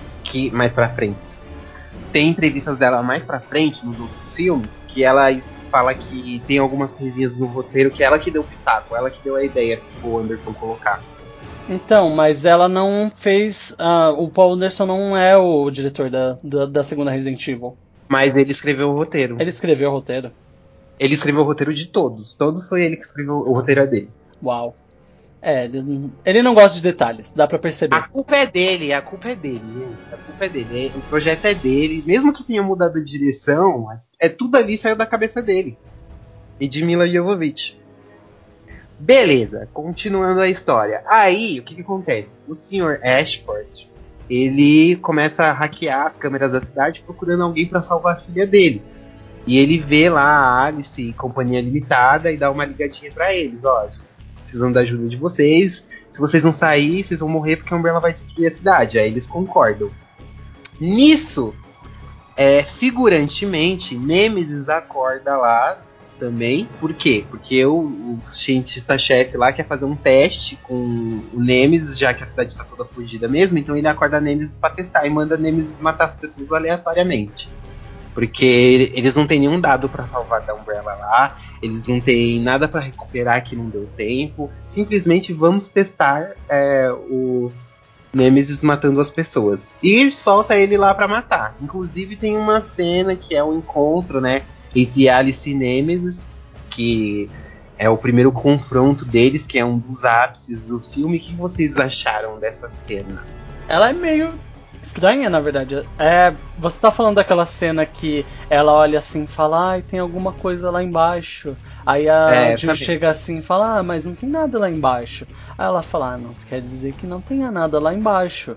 Tem entrevistas dela mais pra frente nos outros filmes que ela fala que tem algumas coisinhas no roteiro que ela que deu pitaco, ela que deu a ideia pro Anderson colocar.
Então, mas ela não fez. O Paul Anderson não é o diretor da segunda Resident Evil.
Mas ele escreveu o roteiro.
Ele escreveu o roteiro?
Ele escreveu o roteiro de todos. Todos foi ele que escreveu o roteiro dele.
Uau. Ele não gosta de detalhes, dá pra perceber.
A culpa é dele, gente. A culpa é dele. O projeto é dele. Mesmo que tenha mudado de direção, tudo ali saiu da cabeça dele. E de Mila Jovovich. Beleza, continuando a história. Aí, o que acontece? O Sr. Ashford, ele começa a hackear as câmeras da cidade procurando alguém para salvar a filha dele. E ele vê lá a Alice e Companhia Limitada e dá uma ligadinha para eles, ó, precisando da ajuda de vocês. Se vocês não saírem, vocês vão morrer porque a Umbrella vai destruir a cidade. Aí eles concordam. Nisso, figurantemente, Nemesis acorda lá também. Por quê? Porque o cientista-chefe lá quer fazer um teste com o Nemesis, já que a cidade está toda fugida mesmo. Então ele acorda a Nemesis para testar e manda a Nemesis matar as pessoas aleatoriamente. Porque eles não têm nenhum dado para salvar da Umbrella lá, eles não têm nada para recuperar que não deu tempo. Simplesmente vamos testar o Nemesis matando as pessoas. E solta ele lá para matar. Inclusive tem uma cena que é um encontro, né? entre Alice e Nemesis, que é o primeiro confronto deles, que é um dos ápices do filme. O que vocês acharam dessa cena?
Ela é meio estranha, na verdade. Você tá falando daquela cena que ela olha assim e fala, ai, tem alguma coisa lá embaixo. Aí a Jill chega assim e fala, ah, mas não tem nada lá embaixo. Aí ela fala, ah, não quer dizer que não tenha nada lá embaixo.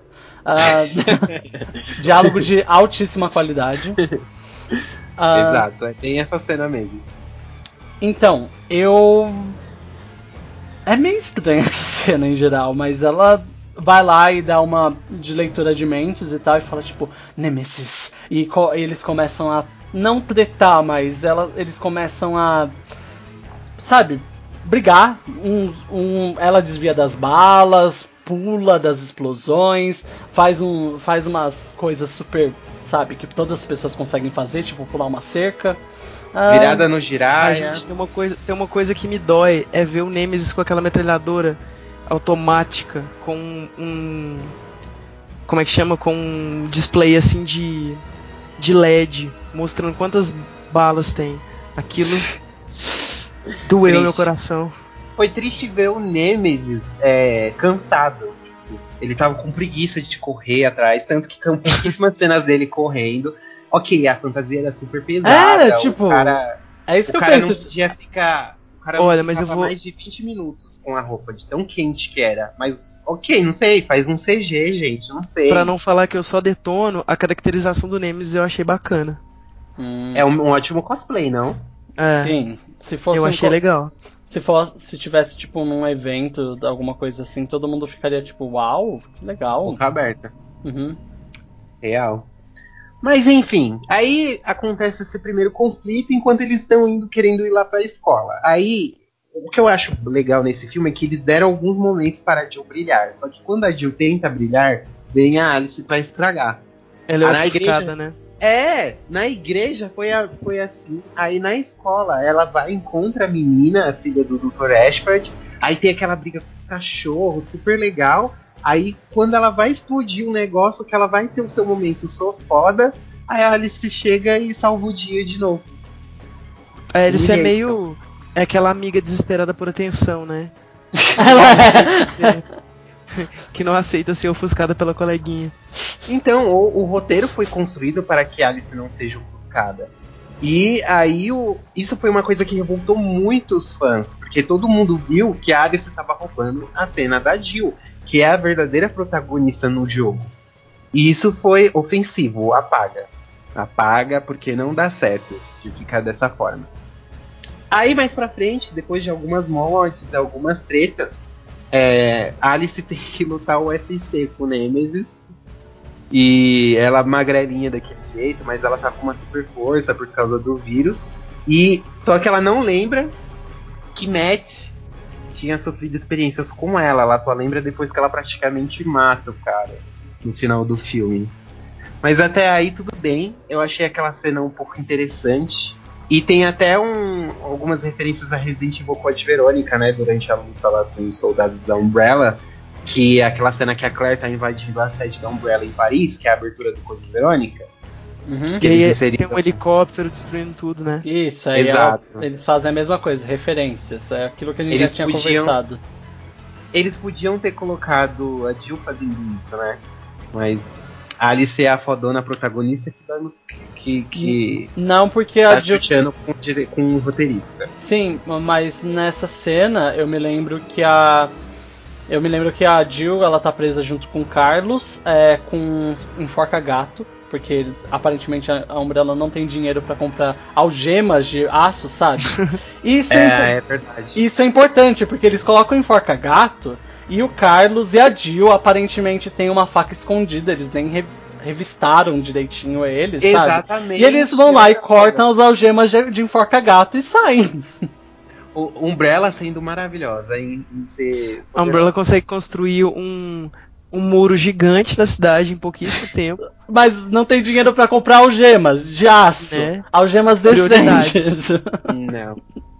Diálogo de altíssima qualidade.
Exato, tem essa cena mesmo.
Então, é meio estranha essa cena em geral, mas ela vai lá e dá uma de leitura de mentes e tal, e fala tipo, Nemesis. E eles começam a não tretar, mas eles começam a, sabe, brigar. Ela desvia das balas, pula das explosões, faz umas coisas super, sabe, que todas as pessoas conseguem fazer, tipo pular uma cerca.
Virada no Jiraiya.
Gente, tem uma coisa que me dói, é ver o Nemesis com aquela metralhadora automática, com como é que chama? Com um display assim de LED, mostrando quantas balas tem. Aquilo doeu no meu coração.
Foi triste ver o Nemesis cansado. Ele tava com preguiça de correr atrás, tanto que são pouquíssimas cenas dele correndo. Ok, a fantasia era super pesada.
Tipo,
o cara,
é isso que eu
penso. Não podia ficar. O cara não ficava mais de 20 minutos com a roupa, de tão quente que era. Mas, ok, não sei, faz um CG, gente, não sei.
Pra não falar que eu só detono, a caracterização do Nemesis eu achei bacana.
É um ótimo cosplay, não?
Sim, se fosse
eu achei legal.
Se tivesse, tipo, num evento, alguma coisa assim, todo mundo ficaria tipo, uau, que legal.
Boca aberta.
Uhum.
Real. Mas enfim, aí acontece esse primeiro conflito enquanto eles estão querendo ir lá pra escola. Aí, o que eu acho legal nesse filme é que eles deram alguns momentos para a Jill brilhar. Só que quando a Jill tenta brilhar, vem a Alice pra estragar.
Ela é ofuscada, né?
Na igreja foi assim. Aí na escola, ela vai e encontra a menina, a filha do Dr. Ashford. Aí tem aquela briga com os cachorros, super legal. Aí quando ela vai explodir um negócio, que ela vai ter o seu momento, sou foda, aí a Alice chega e salva o dia de novo.
A Alice é meio... É aquela amiga desesperada por atenção, né? Que não aceita ser ofuscada pela coleguinha.
Então, o roteiro foi construído para que a Alice não seja ofuscada. E aí, isso foi uma coisa que revoltou muitos fãs, porque todo mundo viu que a Alice estava roubando a cena da Jill, que é a verdadeira protagonista no jogo. E isso foi ofensivo, apaga. Apaga porque não dá certo de ficar dessa forma. Aí mais pra frente, depois de algumas mortes, algumas tretas, a Alice tem que lutar o UFC com o Nemesis. E ela magrelinha daquele jeito, mas ela tá com uma super força por causa do vírus. E só que ela não lembra que Matt tinha sofrido experiências com ela. Ela só lembra depois que ela praticamente mata o cara no final do filme. Mas até aí tudo bem. Eu achei aquela cena um pouco interessante. E tem até algumas referências a Resident Evil Code Verônica, né? Durante a luta lá com os soldados da Umbrella. Que é aquela cena que a Claire tá invadindo a sede da Umbrella em Paris, que é a abertura do Code Verônica.
Uhum.
E aí tem um helicóptero destruindo tudo, né?
Isso, aí
exato.
Eles fazem a mesma coisa, referências. É aquilo que a gente já tinha conversado.
Eles podiam ter colocado a Jill fazendo isso, né? Mas a Alice é a fodona protagonista que
não, porque
tá
a Jill
com o roteirista.
Sim, mas nessa cena eu me lembro que a Jill, ela tá presa junto com o Carlos, com enforca gato, porque aparentemente a Umbrella não tem dinheiro pra comprar algemas de aço, sabe? Isso
é verdade.
Isso é importante, porque eles colocam enforca gato e o Carlos e a Jill aparentemente têm uma faca escondida, eles nem revistaram direitinho eles,
exatamente,
sabe? E eles vão lá e cortam as algemas de enforca gato e saem.
O Umbrella sendo maravilhosa em ser poderosa.
A Umbrella consegue construir um muro gigante na cidade em pouquíssimo tempo.
Mas não tem dinheiro pra comprar algemas de aço.
Né?
Algemas decentes.
Não.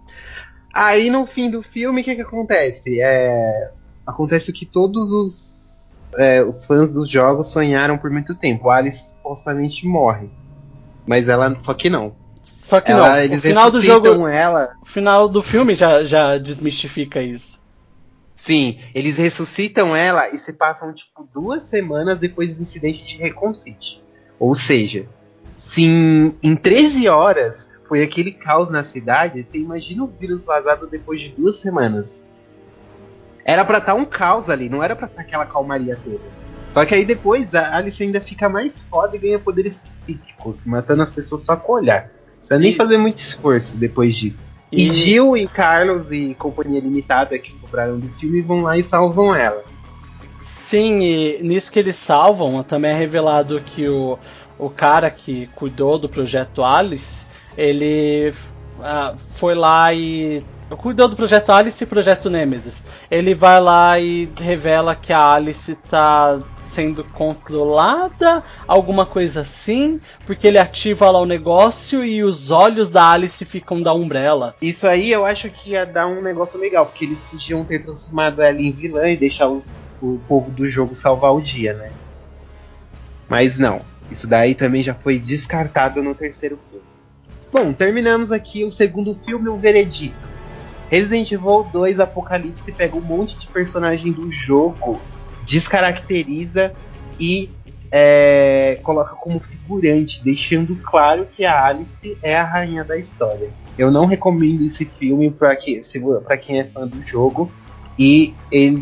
Aí no fim do filme, o que acontece? Acontece o que todos os fãs dos jogos sonharam por muito tempo. A Alice supostamente morre. Mas ela. Só que não.
Só que
Eles
o final do jogo,
ela.
o final do filme já desmistifica isso.
Sim, eles ressuscitam ela e se passam tipo 2 semanas depois do incidente de Recon City. Ou seja, se em 13 horas foi aquele caos na cidade, você imagina o vírus vazado depois de 2 semanas. Era pra estar um caos ali, não era pra estar aquela calmaria toda. Só que aí depois a Alice ainda fica mais foda e ganha poderes psíquicos, matando as pessoas só com olhar. Não precisa nem fazer muito esforço depois disso. E Jill e Carlos e Companhia Limitada que sobraram do filme vão lá e salvam ela.
Sim, e nisso que eles salvam, também é revelado que o cara que cuidou do projeto Alice, ele foi lá e cuidou do projeto Alice e projeto Nemesis. Ele vai lá e revela que a Alice está sendo controlada, alguma coisa assim, porque ele ativa lá o negócio e os olhos da Alice ficam da Umbrella.
Isso aí eu acho que ia dar um negócio legal, porque eles podiam ter transformado ela em vilã e deixar o povo do jogo salvar o dia, né? Mas não, isso daí também já foi descartado no terceiro filme. Bom, terminamos aqui o segundo filme, O Veredito. Resident Evil 2 Apocalipse pega um monte de personagem do jogo, descaracteriza e coloca como figurante, deixando claro que a Alice é a rainha da história. Eu não recomendo esse filme para quem é fã do jogo, e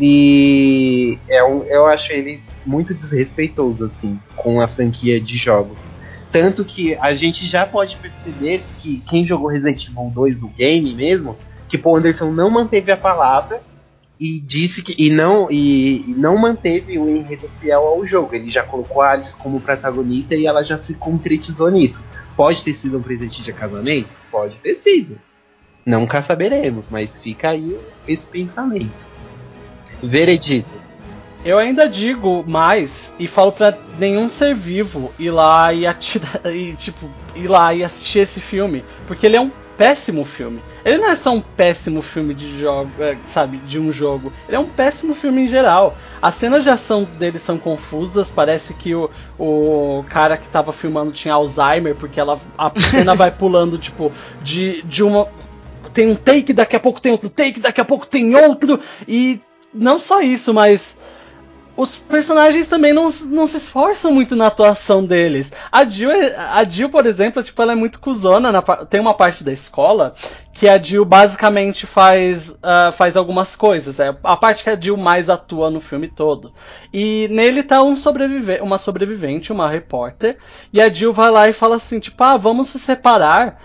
ele eu acho ele muito desrespeitoso assim com a franquia de jogos. Tanto que a gente já pode perceber que quem jogou Resident Evil 2 do game mesmo, que Paul Anderson não manteve a palavra e disse que não manteve o enredo fiel ao jogo. Ele já colocou a Alice como protagonista e ela já se concretizou nisso. Pode ter sido um presente de casamento? Pode ter sido. Nunca saberemos, mas fica aí esse pensamento. Veredito.
Eu ainda digo mais e falo pra nenhum ser vivo ir lá e atirar ir lá e assistir esse filme, porque ele é um péssimo filme. Ele não é só um péssimo filme de jogo, sabe, de um jogo. Ele é um péssimo filme em geral. As cenas de ação dele são confusas, parece que o cara que tava filmando tinha Alzheimer, porque a cena vai pulando tipo de uma tem um take, daqui a pouco tem outro take, daqui a pouco tem outro, e não só isso, mas os personagens também não se esforçam muito na atuação deles. A Jill, por exemplo, tipo, ela é muito cuzona. Tem uma parte da escola que a Jill basicamente faz algumas coisas. É a parte que a Jill mais atua no filme todo. E nele tá uma sobrevivente, uma repórter. E a Jill vai lá e fala assim, tipo, vamos se separar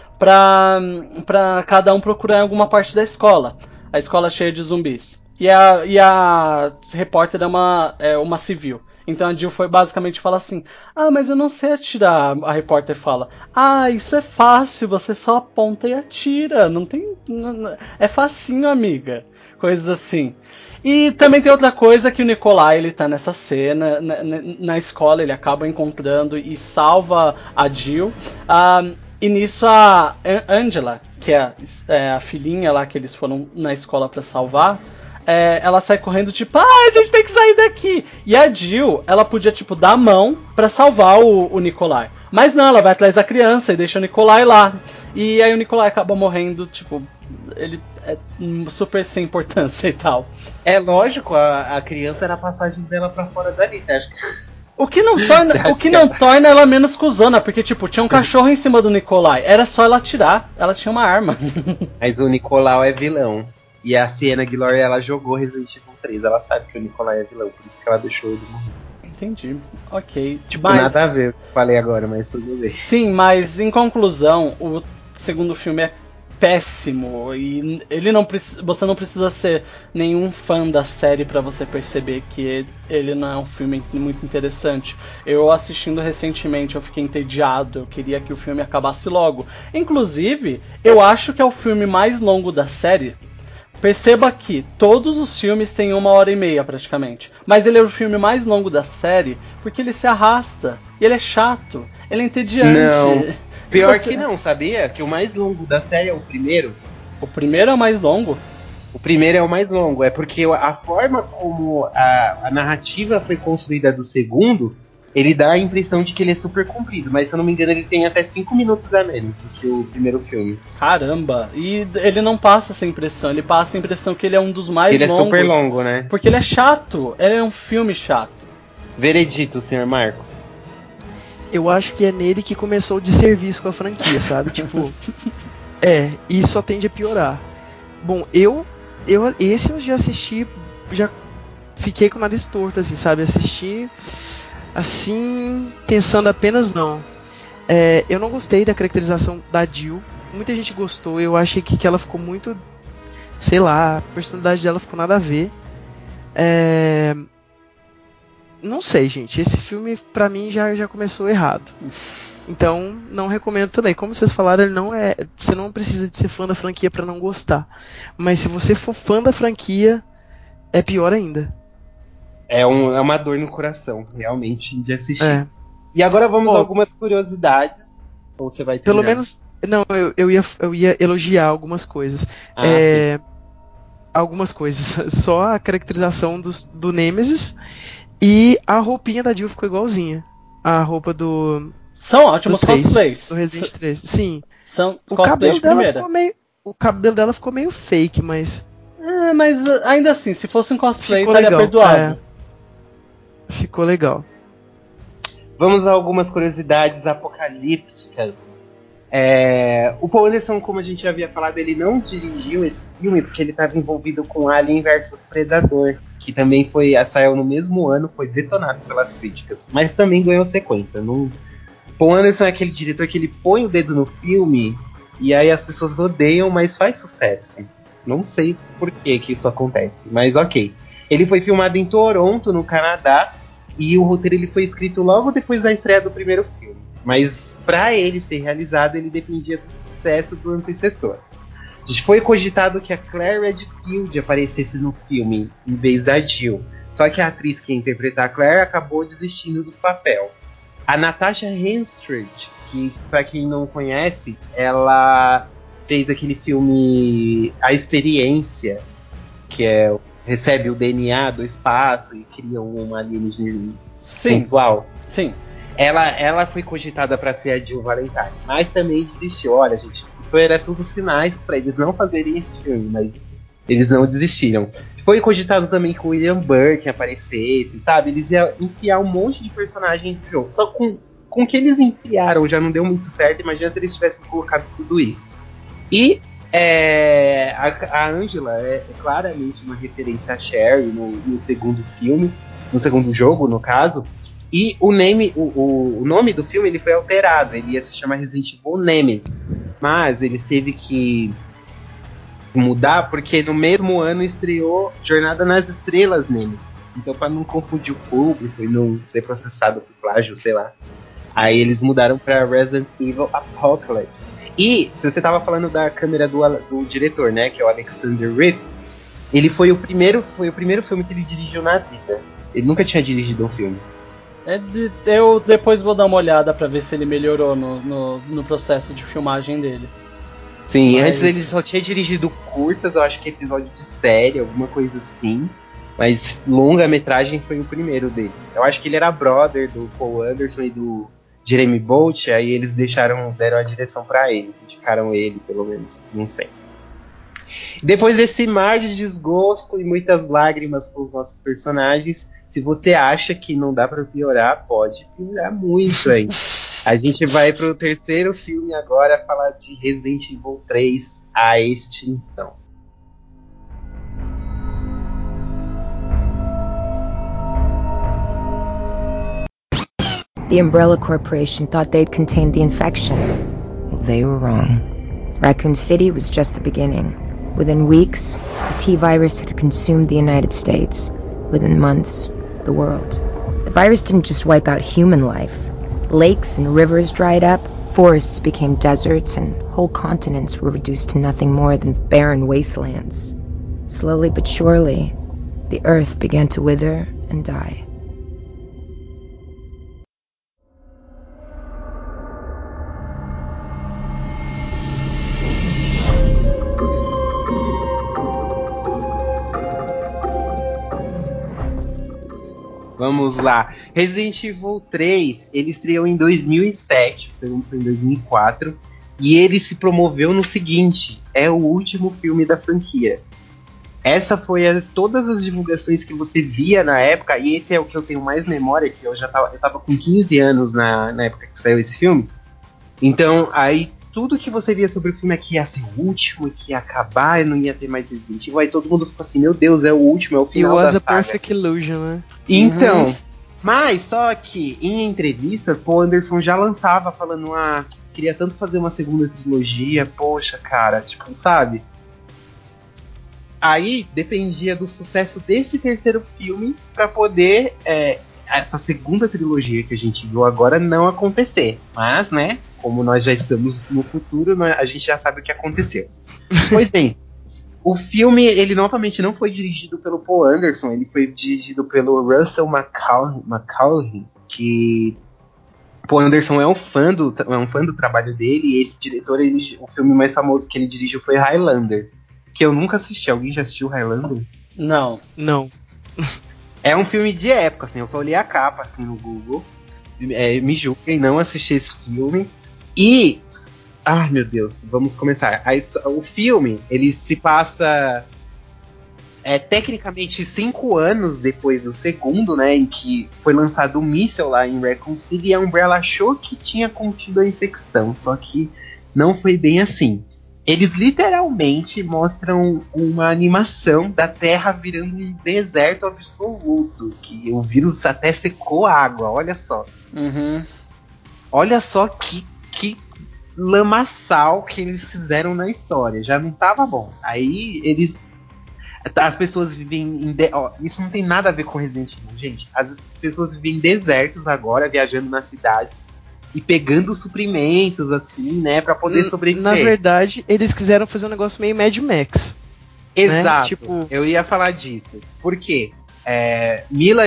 pra cada um procurar em alguma parte da escola. A escola é cheia de zumbis. E a repórter é uma civil. Então a Jill foi basicamente falar assim: mas eu não sei atirar. A repórter fala: isso é fácil, você só aponta e atira. Não tem. É facinho, amiga. Coisas assim. E também tem outra coisa que o Nikolai, ele tá nessa cena, na escola, ele acaba encontrando e salva a Jill. E nisso a Angela, que é a filhinha lá que eles foram na escola pra salvar, ela sai correndo, tipo, a gente tem que sair daqui. E a Jill, ela podia, tipo, dar a mão pra salvar o Nikolai. Mas não, ela vai atrás da criança e deixa o Nikolai lá. E aí o Nikolai acaba morrendo, tipo, ele é super sem importância e tal.
É lógico, a criança era a passagem dela pra fora dali, você acha que...
O que não torna ela menos cuzona, porque, tipo, tinha um cachorro em cima do Nikolai. Era só ela atirar, ela tinha uma arma.
Mas o Nicolau é vilão. E a Sienna Glory, ela jogou Resident Evil 3. Ela sabe que o Nikolai é vilão, por isso que ela deixou ele morrer.
Entendi. Ok.
Tipo, nada a ver o que eu falei agora, mas tudo bem.
Sim, mas em conclusão, o segundo filme é péssimo. E você não precisa ser nenhum fã da série pra você perceber que ele não é um filme muito interessante. Eu assistindo recentemente, eu fiquei entediado. Eu queria que o filme acabasse logo. Inclusive, eu acho que é o filme mais longo da série. Perceba que todos os filmes têm 1h30 praticamente. Mas ele é o filme mais longo da série porque ele se arrasta. E ele é chato. Ele é entediante.
Não. Pior que não, sabia? Que o mais longo da série é o primeiro.
O primeiro é o mais longo?
O primeiro é o mais longo. É porque a forma como a narrativa foi construída do segundo ele dá a impressão de que ele é super comprido, mas se eu não me engano ele tem até 5 minutos a menos do que o primeiro filme.
Caramba! E ele não passa essa impressão, ele passa a impressão que ele é um dos mais
Que ele
longos.
é super longo, né?
Porque ele é chato, ele é um filme chato.
Veredito, senhor Marcos.
Eu acho que é nele que começou o desserviço com a franquia, sabe? Tipo, e só tende a piorar. Bom, esse eu já assisti, já fiquei com o nariz torto, assim, sabe? Assisti, assim, pensando apenas não. Eu não gostei da caracterização da Jill. Muita gente gostou, eu achei que ela ficou muito, sei lá, a personalidade dela ficou nada a ver. Não sei, gente. Esse filme, pra mim, já começou errado. Então, não recomendo também. Como vocês falaram, ele não é. Você não precisa de ser fã da franquia pra não gostar. Mas se você for fã da franquia, é pior ainda.
É uma dor no coração, realmente, de assistir.
É.
E agora vamos a algumas curiosidades. Ou você vai terminar?
Pelo menos. Não, eu ia elogiar algumas coisas.
Sim.
Algumas coisas. Só a caracterização do Nemesis. E a roupinha da Jill ficou igualzinha. A roupa do.
São ótimos
do 3,
cosplays.
do Resident 3. Sim.
São
O
cosplays
cabelo
de
dela
primeira.
ficou meio. O cabelo dela ficou meio fake, mas.
Mas ainda assim, se fosse um cosplay,
Ficou
estaria
legal.
perdoado.
Ficou legal.
Vamos a algumas curiosidades apocalípticas. O Paul Anderson, como a gente já havia falado, ele não dirigiu esse filme porque ele estava envolvido com Alien vs Predador, que também saiu no mesmo ano, foi detonado pelas críticas, mas também ganhou sequência. Paul Anderson é aquele diretor que ele põe o dedo no filme e aí as pessoas odeiam, mas faz sucesso. Não sei por que isso acontece, mas ok. Ele foi filmado em Toronto, no Canadá, e o roteiro ele foi escrito logo depois da estreia do primeiro filme. Mas para ele ser realizado, ele dependia do sucesso do antecessor. Foi cogitado que a Claire Redfield aparecesse no filme em vez da Jill. Só que a atriz que ia interpretar a Claire acabou desistindo do papel. A Natasha Henstridge, que para quem não conhece, ela fez aquele filme A Experiência, que recebe o DNA do espaço e cria uma alienígena sensual.
Sim.
Ela foi cogitada para ser a Jill Valentine, mas também desistiu. Olha, gente, isso era tudo sinais para eles não fazerem esse filme, mas eles não desistiram. Foi cogitado também que o William Burke aparecesse, sabe? Eles iam enfiar um monte de personagem no jogo. Só com o que eles enfiaram já não deu muito certo. Imagina se eles tivessem colocado tudo isso. E a Angela é claramente uma referência a Sherry no segundo filme, no segundo jogo, no caso. E o nome do filme ele foi alterado. Ele ia se chamar Resident Evil Nemesis. Mas eles teve que mudar porque no mesmo ano estreou Jornada nas Estrelas Nemesis. Então, para não confundir o público e não ser processado por plágio, sei lá. Aí eles mudaram para Resident Evil Apocalypse. E, se você tava falando da câmera do diretor, né, que é o Alexander Ritt, ele foi o primeiro filme que ele dirigiu na vida. Ele nunca tinha dirigido um filme.
Eu depois vou dar uma olhada pra ver se ele melhorou no processo de filmagem dele.
Sim, antes ele só tinha dirigido curtas, eu acho que episódio de série, alguma coisa assim. Mas longa-metragem foi o primeiro dele. Eu acho que ele era brother do Paul Anderson e do Jeremy Bolt, aí eles deram a direção pra ele, indicaram ele, pelo menos, não sei. Depois desse mar de desgosto e muitas lágrimas com os nossos personagens, se você acha que não dá pra piorar, pode piorar muito aí. A gente vai pro terceiro filme agora, falar de Resident Evil 3, A Extinção.
The Umbrella Corporation thought they'd contained the infection. Well, they were wrong. Raccoon City was just the beginning. Within weeks, the T-virus had consumed the United States. Within months, the world. The virus didn't just wipe out human life. Lakes and rivers dried up, forests became deserts, and whole continents were reduced to nothing more than barren wastelands. Slowly but surely, the earth began to wither and die.
Vamos lá. Resident Evil 3, ele estreou em 2007, o segundo foi em 2004, e ele se promoveu no seguinte: é o último filme da franquia. Essa foi todas as divulgações que você via na época, e esse é o que eu tenho mais memória, que eu tava com 15 anos na época que saiu esse filme. Então, aí tudo que você via sobre o filme é que ia ser o último, que ia acabar e não ia ter mais Resident Evil. Aí todo mundo ficou assim, meu Deus, é o último, é o
It
final
was
da
a
saga.
perfect illusion, né?
Então, mas só que em entrevistas, Paul Anderson já lançava falando, queria tanto fazer uma segunda trilogia, poxa, cara, tipo, sabe? Aí dependia do sucesso desse terceiro filme pra poder essa segunda trilogia que a gente viu agora não acontecer. Mas, né, como nós já estamos no futuro, a gente já sabe o que aconteceu. Pois bem, o filme, ele novamente não foi dirigido pelo Paul Anderson, ele foi dirigido pelo Russell McCaulley, que Paul Anderson é um fã do trabalho dele, e esse diretor, o filme mais famoso que ele dirigiu foi Highlander, que eu nunca assisti. Alguém já assistiu Highlander?
Não.
É um filme de época, assim, eu só olhei a capa, assim, no Google, me julguem, não assisti esse filme, e... Ai, meu Deus, vamos começar. O filme, ele se passa... tecnicamente 5 anos depois do segundo, né, em que foi lançado um míssil lá em Raccoon City, e a Umbrella achou que tinha contido a infecção, só que não foi bem assim. Eles literalmente mostram uma animação da Terra virando um deserto absoluto, que o vírus até secou a água, olha só. Olha só que lamaçal que eles fizeram na história, já não tava bom. Aí as pessoas vivem isso não tem nada a ver com Resident Evil, gente. As pessoas vivem em desertos agora, viajando nas cidades e pegando suprimentos, assim, né, pra poder sobreviver.
Na verdade, eles quiseram fazer um negócio meio Mad Max.
Exato.
Né? Tipo...
Eu ia falar disso. Por quê? Mila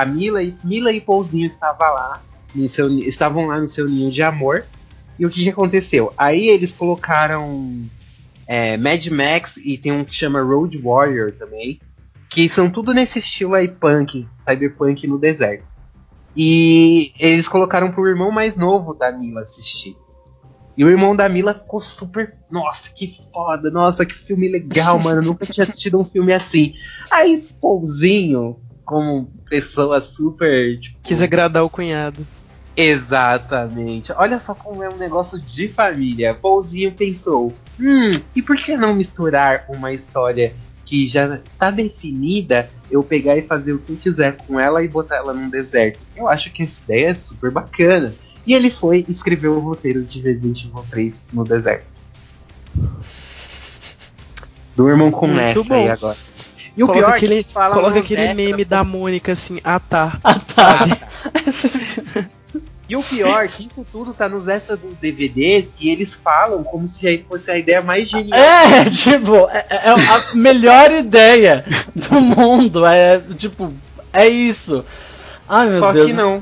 e Paulzinho estavam lá no seu ninho de amor. E o que aconteceu? Aí eles colocaram Mad Max, e tem um que chama Road Warrior também, que são tudo nesse estilo aí cyberpunk no deserto. E eles colocaram pro irmão mais novo da Mila assistir. E o irmão da Mila ficou super... Nossa, que foda, nossa, que filme legal, mano, eu nunca tinha assistido um filme assim. Aí, Paulzinho, como pessoa super... Tipo...
Quis agradar o cunhado.
Exatamente. Olha só como é um negócio de família. Paulzinho pensou, e por que não misturar uma história que já está definida, eu pegar e fazer o que eu quiser com ela e botar ela num deserto? Eu acho que essa ideia é super bacana. E ele foi escrever o roteiro de Resident Evil 3 no deserto. Durmam com essa aí agora. E o
coloca
pior
aquele,
é que eles falam
coloca aquele meme da Mônica assim, tá.
Sabe? E o pior é que isso tudo tá nos extras dos DVDs e eles falam como se aí fosse a ideia mais genial.
É a melhor ideia do mundo. É isso. Ai, meu
Só
Deus.
Que não.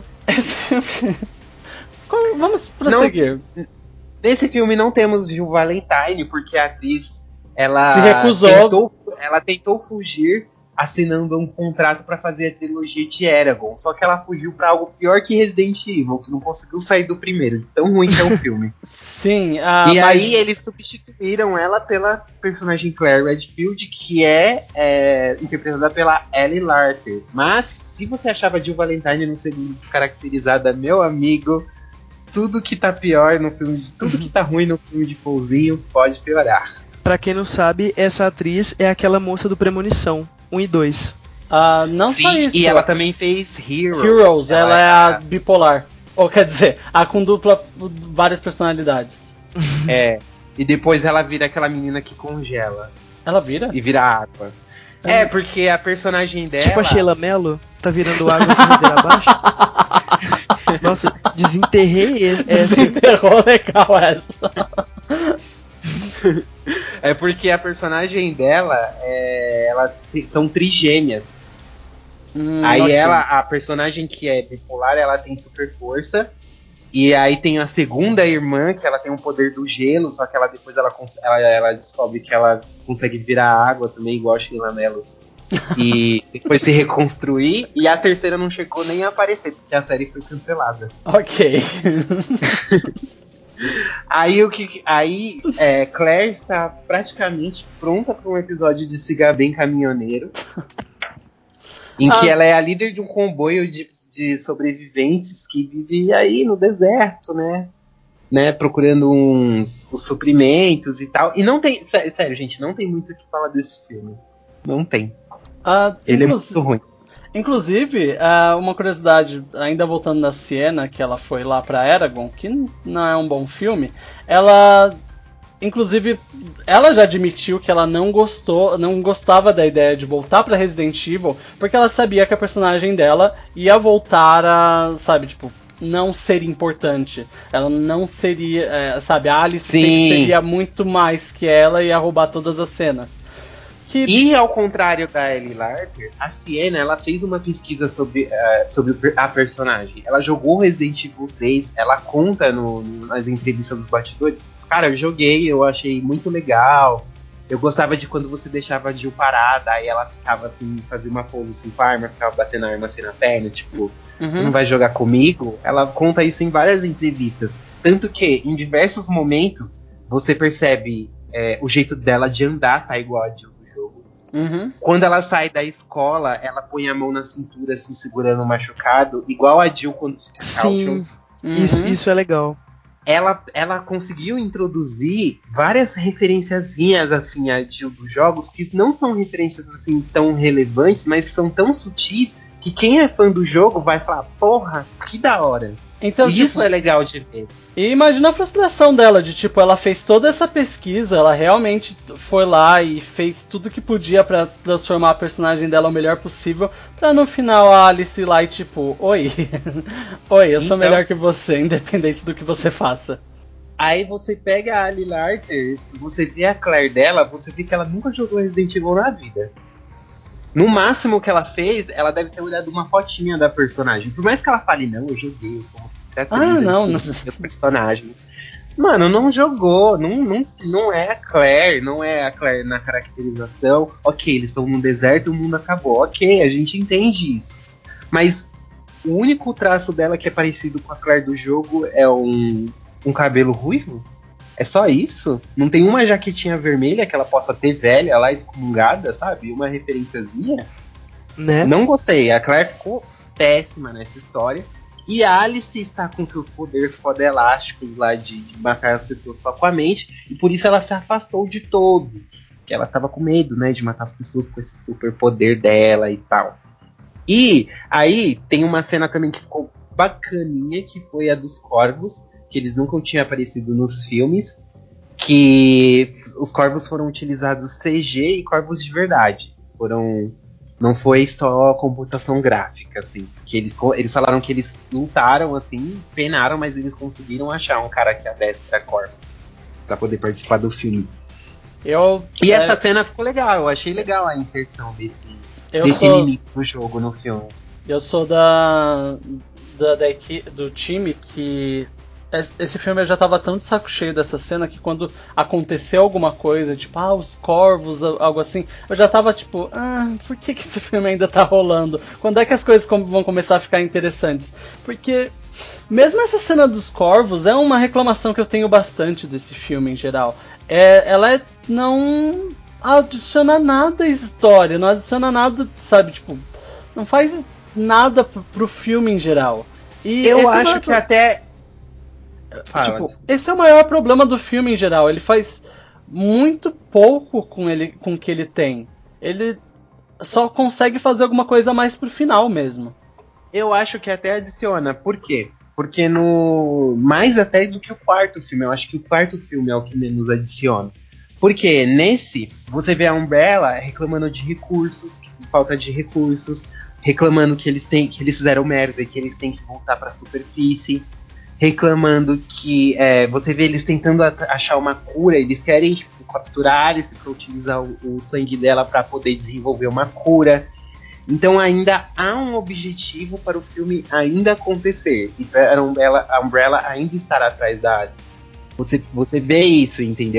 Vamos prosseguir.
Nesse filme não temos Jill Valentine, porque a atriz
se recusou.
Ela tentou fugir assinando um contrato para fazer a trilogia de Eragon. Só que ela fugiu para algo pior que Resident Evil, que não conseguiu sair do primeiro, de tão ruim que é o filme.
Sim,
aí eles substituíram ela pela personagem Claire Redfield, que é interpretada pela Ellie Larter. Mas se você achava Jill Valentine no segundo descaracterizada, meu amigo, tudo que tá pior no filme, tudo que tá ruim no filme de Paulzinho pode piorar.
Pra quem não sabe, essa atriz é aquela moça do Premonição 1 e 2.
Não
Sim,
só isso.
E ela também fez
Heroes, ela é a bipolar. Ou quer dizer, a com várias personalidades.
E depois ela vira aquela menina que congela.
Ela vira?
E vira água. Porque a personagem dela...
Tipo a Sheila Mello, tá virando água de ladeira abaixo. Nossa, desenterrei essa.
Desenterrou legal essa.
É porque a personagem dela, são trigêmeas. Aí
okay.
a personagem que é bipolar, ela tem super força. E aí tem a segunda irmã, que ela tem o poder do gelo, só que depois ela descobre que ela consegue virar água também, igual a Sheila Mello e depois se reconstruir, e a terceira não chegou nem a aparecer, porque a série foi cancelada.
Ok.
Claire está praticamente pronta para um episódio de Siga Bem Caminhoneiro, em que ela é a líder de um comboio de sobreviventes que vive aí no deserto, né, procurando os suprimentos e tal. E não tem, sério, gente, não tem muito o que falar desse filme. Não tem. Ele é muito ruim.
Inclusive, uma curiosidade, ainda voltando na Siena, que ela foi lá pra Eragon, que não é um bom filme, inclusive, ela já admitiu que ela não gostava da ideia de voltar pra Resident Evil, porque ela sabia que a personagem dela ia voltar a, sabe, tipo, não ser importante. Ela não seria, sabe, a Alice seria muito mais que ela e ia roubar todas as cenas.
E ao contrário da Ellie Larter, a Siena, ela fez uma pesquisa sobre a personagem. Ela jogou Resident Evil 3, ela conta nas entrevistas dos bastidores. Cara, eu joguei, eu achei muito legal. Eu gostava de quando você deixava a Jill parada, aí ela ficava assim, fazia uma pose assim com a arma, ficava batendo a arma assim na perna, tipo, você não vai jogar comigo? Ela conta isso em várias entrevistas. Tanto que, em diversos momentos, você percebe o jeito dela de andar tá igual a Jill. Quando ela sai da escola, ela põe a mão na cintura, assim, segurando o machucado, igual a Jill quando fica
Sim, isso é legal.
Ela conseguiu introduzir várias referenciazinhas, assim, a Jill dos jogos, que não são referências, assim, tão relevantes, mas que são tão sutis, que quem é fã do jogo vai falar, porra, que da hora.
Então,
e isso é legal de ver.
E imagina a frustração dela, de tipo, ela fez toda essa pesquisa, ela realmente foi lá e fez tudo que podia pra transformar a personagem dela o melhor possível, pra no final a Alice ir lá e tipo, oi, oi, eu sou melhor que você, independente do que você faça.
Aí você pega a Ali Larter, você vê a Claire dela, você vê que ela nunca jogou Resident Evil na vida. No máximo que ela fez, ela deve ter olhado uma fotinha da personagem. Por mais que ela fale, não, eu joguei, eu sou uma cicatriz,
não.
Os personagens. Mano, não jogou, não é a Claire, não é a Claire na caracterização. Ok, eles estão no deserto e o mundo acabou. Ok, a gente entende isso. Mas o único traço dela que é parecido com a Claire do jogo é um cabelo ruivo? É só isso? Não tem uma jaquetinha vermelha que ela possa ter velha lá, excomungada, sabe? Uma referenciazinha?
Né?
Não gostei. A Claire ficou péssima nessa história. E a Alice está com seus poderes fodelásticos lá de matar as pessoas só com a mente. E por isso ela se afastou de todos. Porque ela estava com medo, né? De matar as pessoas com esse super poder dela e tal. E aí tem uma cena também que ficou bacaninha, que foi a dos corvos, que eles nunca tinham aparecido nos filmes, que os corvos foram utilizados CG e corvos de verdade. Não foi só computação gráfica, assim. Que eles falaram que eles lutaram, assim, penaram, mas eles conseguiram achar um cara que adestra corvos para poder participar do filme. Essa cena ficou legal, eu achei legal a inserção desse inimigo do jogo no filme.
Eu sou do time que esse filme eu já tava tão de saco cheio dessa cena que quando aconteceu alguma coisa, tipo, os corvos, algo assim, eu já tava tipo, por que esse filme ainda tá rolando? Quando é que as coisas vão começar a ficar interessantes? Porque mesmo essa cena dos corvos é uma reclamação que eu tenho bastante desse filme em geral. Ela não adiciona nada à história, não adiciona nada, sabe, tipo, não faz nada pro filme em geral. E
eu acho que até
esse é o maior problema do filme em geral. Ele faz muito pouco com o que ele tem. Ele só consegue fazer alguma coisa mais pro final mesmo.
Eu acho que até adiciona. Por quê? Porque mais até do que o quarto filme. Eu acho que o quarto filme é o que menos adiciona. Porque nesse, você vê a Umbrella reclamando de recursos, falta de recursos, reclamando que eles fizeram merda, que eles têm que voltar pra superfície, reclamando que você vê eles tentando achar uma cura, eles querem capturar a Alice pra utilizar o sangue dela para poder desenvolver uma cura. Então ainda há um objetivo para o filme ainda acontecer. E a Umbrella ainda estará atrás da Alice. Você vê isso, entendeu?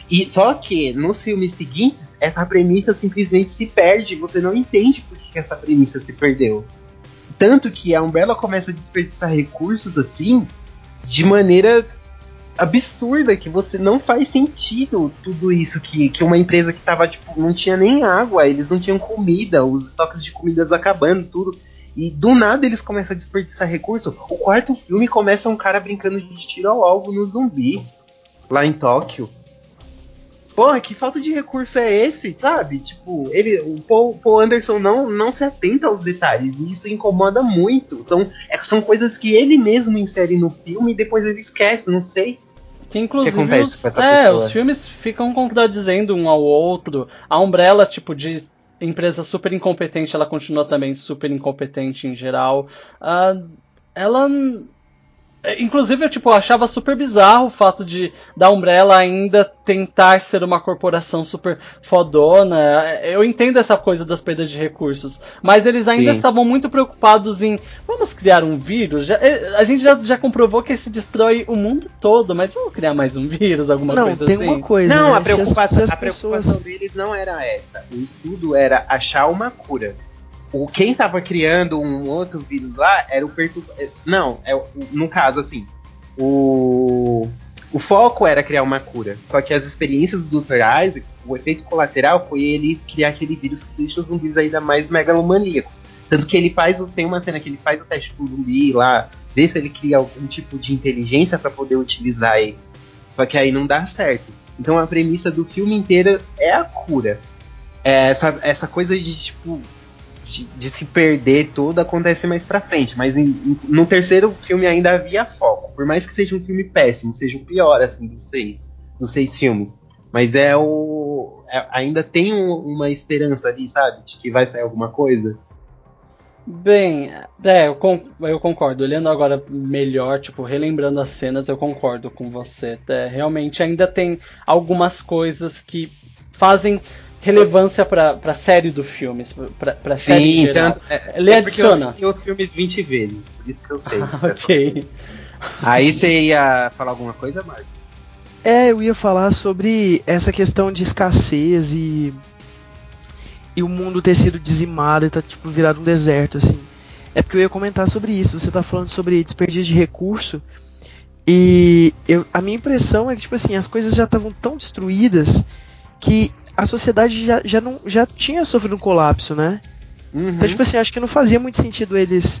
E só que nos filmes seguintes, essa premissa simplesmente se perde. Você não entende por que essa premissa se perdeu. Tanto que a Umbrella começa a desperdiçar recursos assim de maneira absurda, que você não faz sentido tudo isso, que uma empresa que tava, tipo, não tinha nem água, eles não tinham comida, os estoques de comidas acabando, tudo. E do nada eles começam a desperdiçar recurso. O quarto filme começa um cara brincando de tiro ao alvo no zumbi, lá em Tóquio. Porra, que falta de recurso é esse, sabe? Tipo, o Paul Anderson não se atenta aos detalhes, e isso incomoda muito. São coisas que ele mesmo insere no filme e depois ele esquece, não sei.
Que inclusive
O que acontece com essa pessoa?
os filmes ficam contradizendo um ao outro. A Umbrella, tipo, de empresa super incompetente, ela continua também super incompetente em geral. Ela. Inclusive, eu tipo, achava super bizarro o fato da Umbrella ainda tentar ser uma corporação super fodona. Eu entendo essa coisa das perdas de recursos, mas eles ainda
Sim.
estavam muito preocupados em vamos criar um vírus. A gente já comprovou que esse destrói o mundo todo, mas vamos criar mais um vírus, alguma coisa
tem
assim?
uma coisa,
Não,
né?
a preocupação,
Se as
a preocupação deles não era essa. O estudo era achar uma cura. Quem tava criando um outro vírus lá era o perturbador. Não, no caso, assim, o foco era criar uma cura. Só que as experiências do Dr. Isaac, o efeito colateral foi ele criar aquele vírus que deixa os zumbis ainda mais megalomaníacos. Tanto que ele tem uma cena que ele faz o teste com o zumbi lá, vê se ele cria algum tipo de inteligência para poder utilizar eles. Só que aí não dá certo. Então a premissa do filme inteiro é a cura. Essa coisa de, tipo, de se perder tudo acontece mais pra frente, mas no terceiro filme ainda havia foco, por mais que seja um filme péssimo, seja o pior assim dos seis filmes, mas ainda tem uma esperança ali, sabe, de que vai sair alguma coisa.
Bem, eu concordo. Olhando agora melhor, tipo, relembrando as cenas, eu concordo com você. Realmente ainda tem algumas coisas que fazem relevância pra série do filme, pra série em geral.
Tanto,
Ele
porque eu
adiciona.
assisti os filmes 20 vezes, por isso que eu sei.
Ok.
Aí você ia falar alguma coisa, Marcos?
eu ia falar sobre essa questão de escassez e o mundo ter sido dizimado e tá tipo virado um deserto, assim. É porque eu ia comentar sobre isso. Você tá falando sobre desperdício de recurso. E a minha impressão é que, tipo assim, as coisas já estavam tão destruídas que a sociedade já tinha sofrido um colapso, né?
Uhum.
Então, tipo assim, acho que não fazia muito sentido eles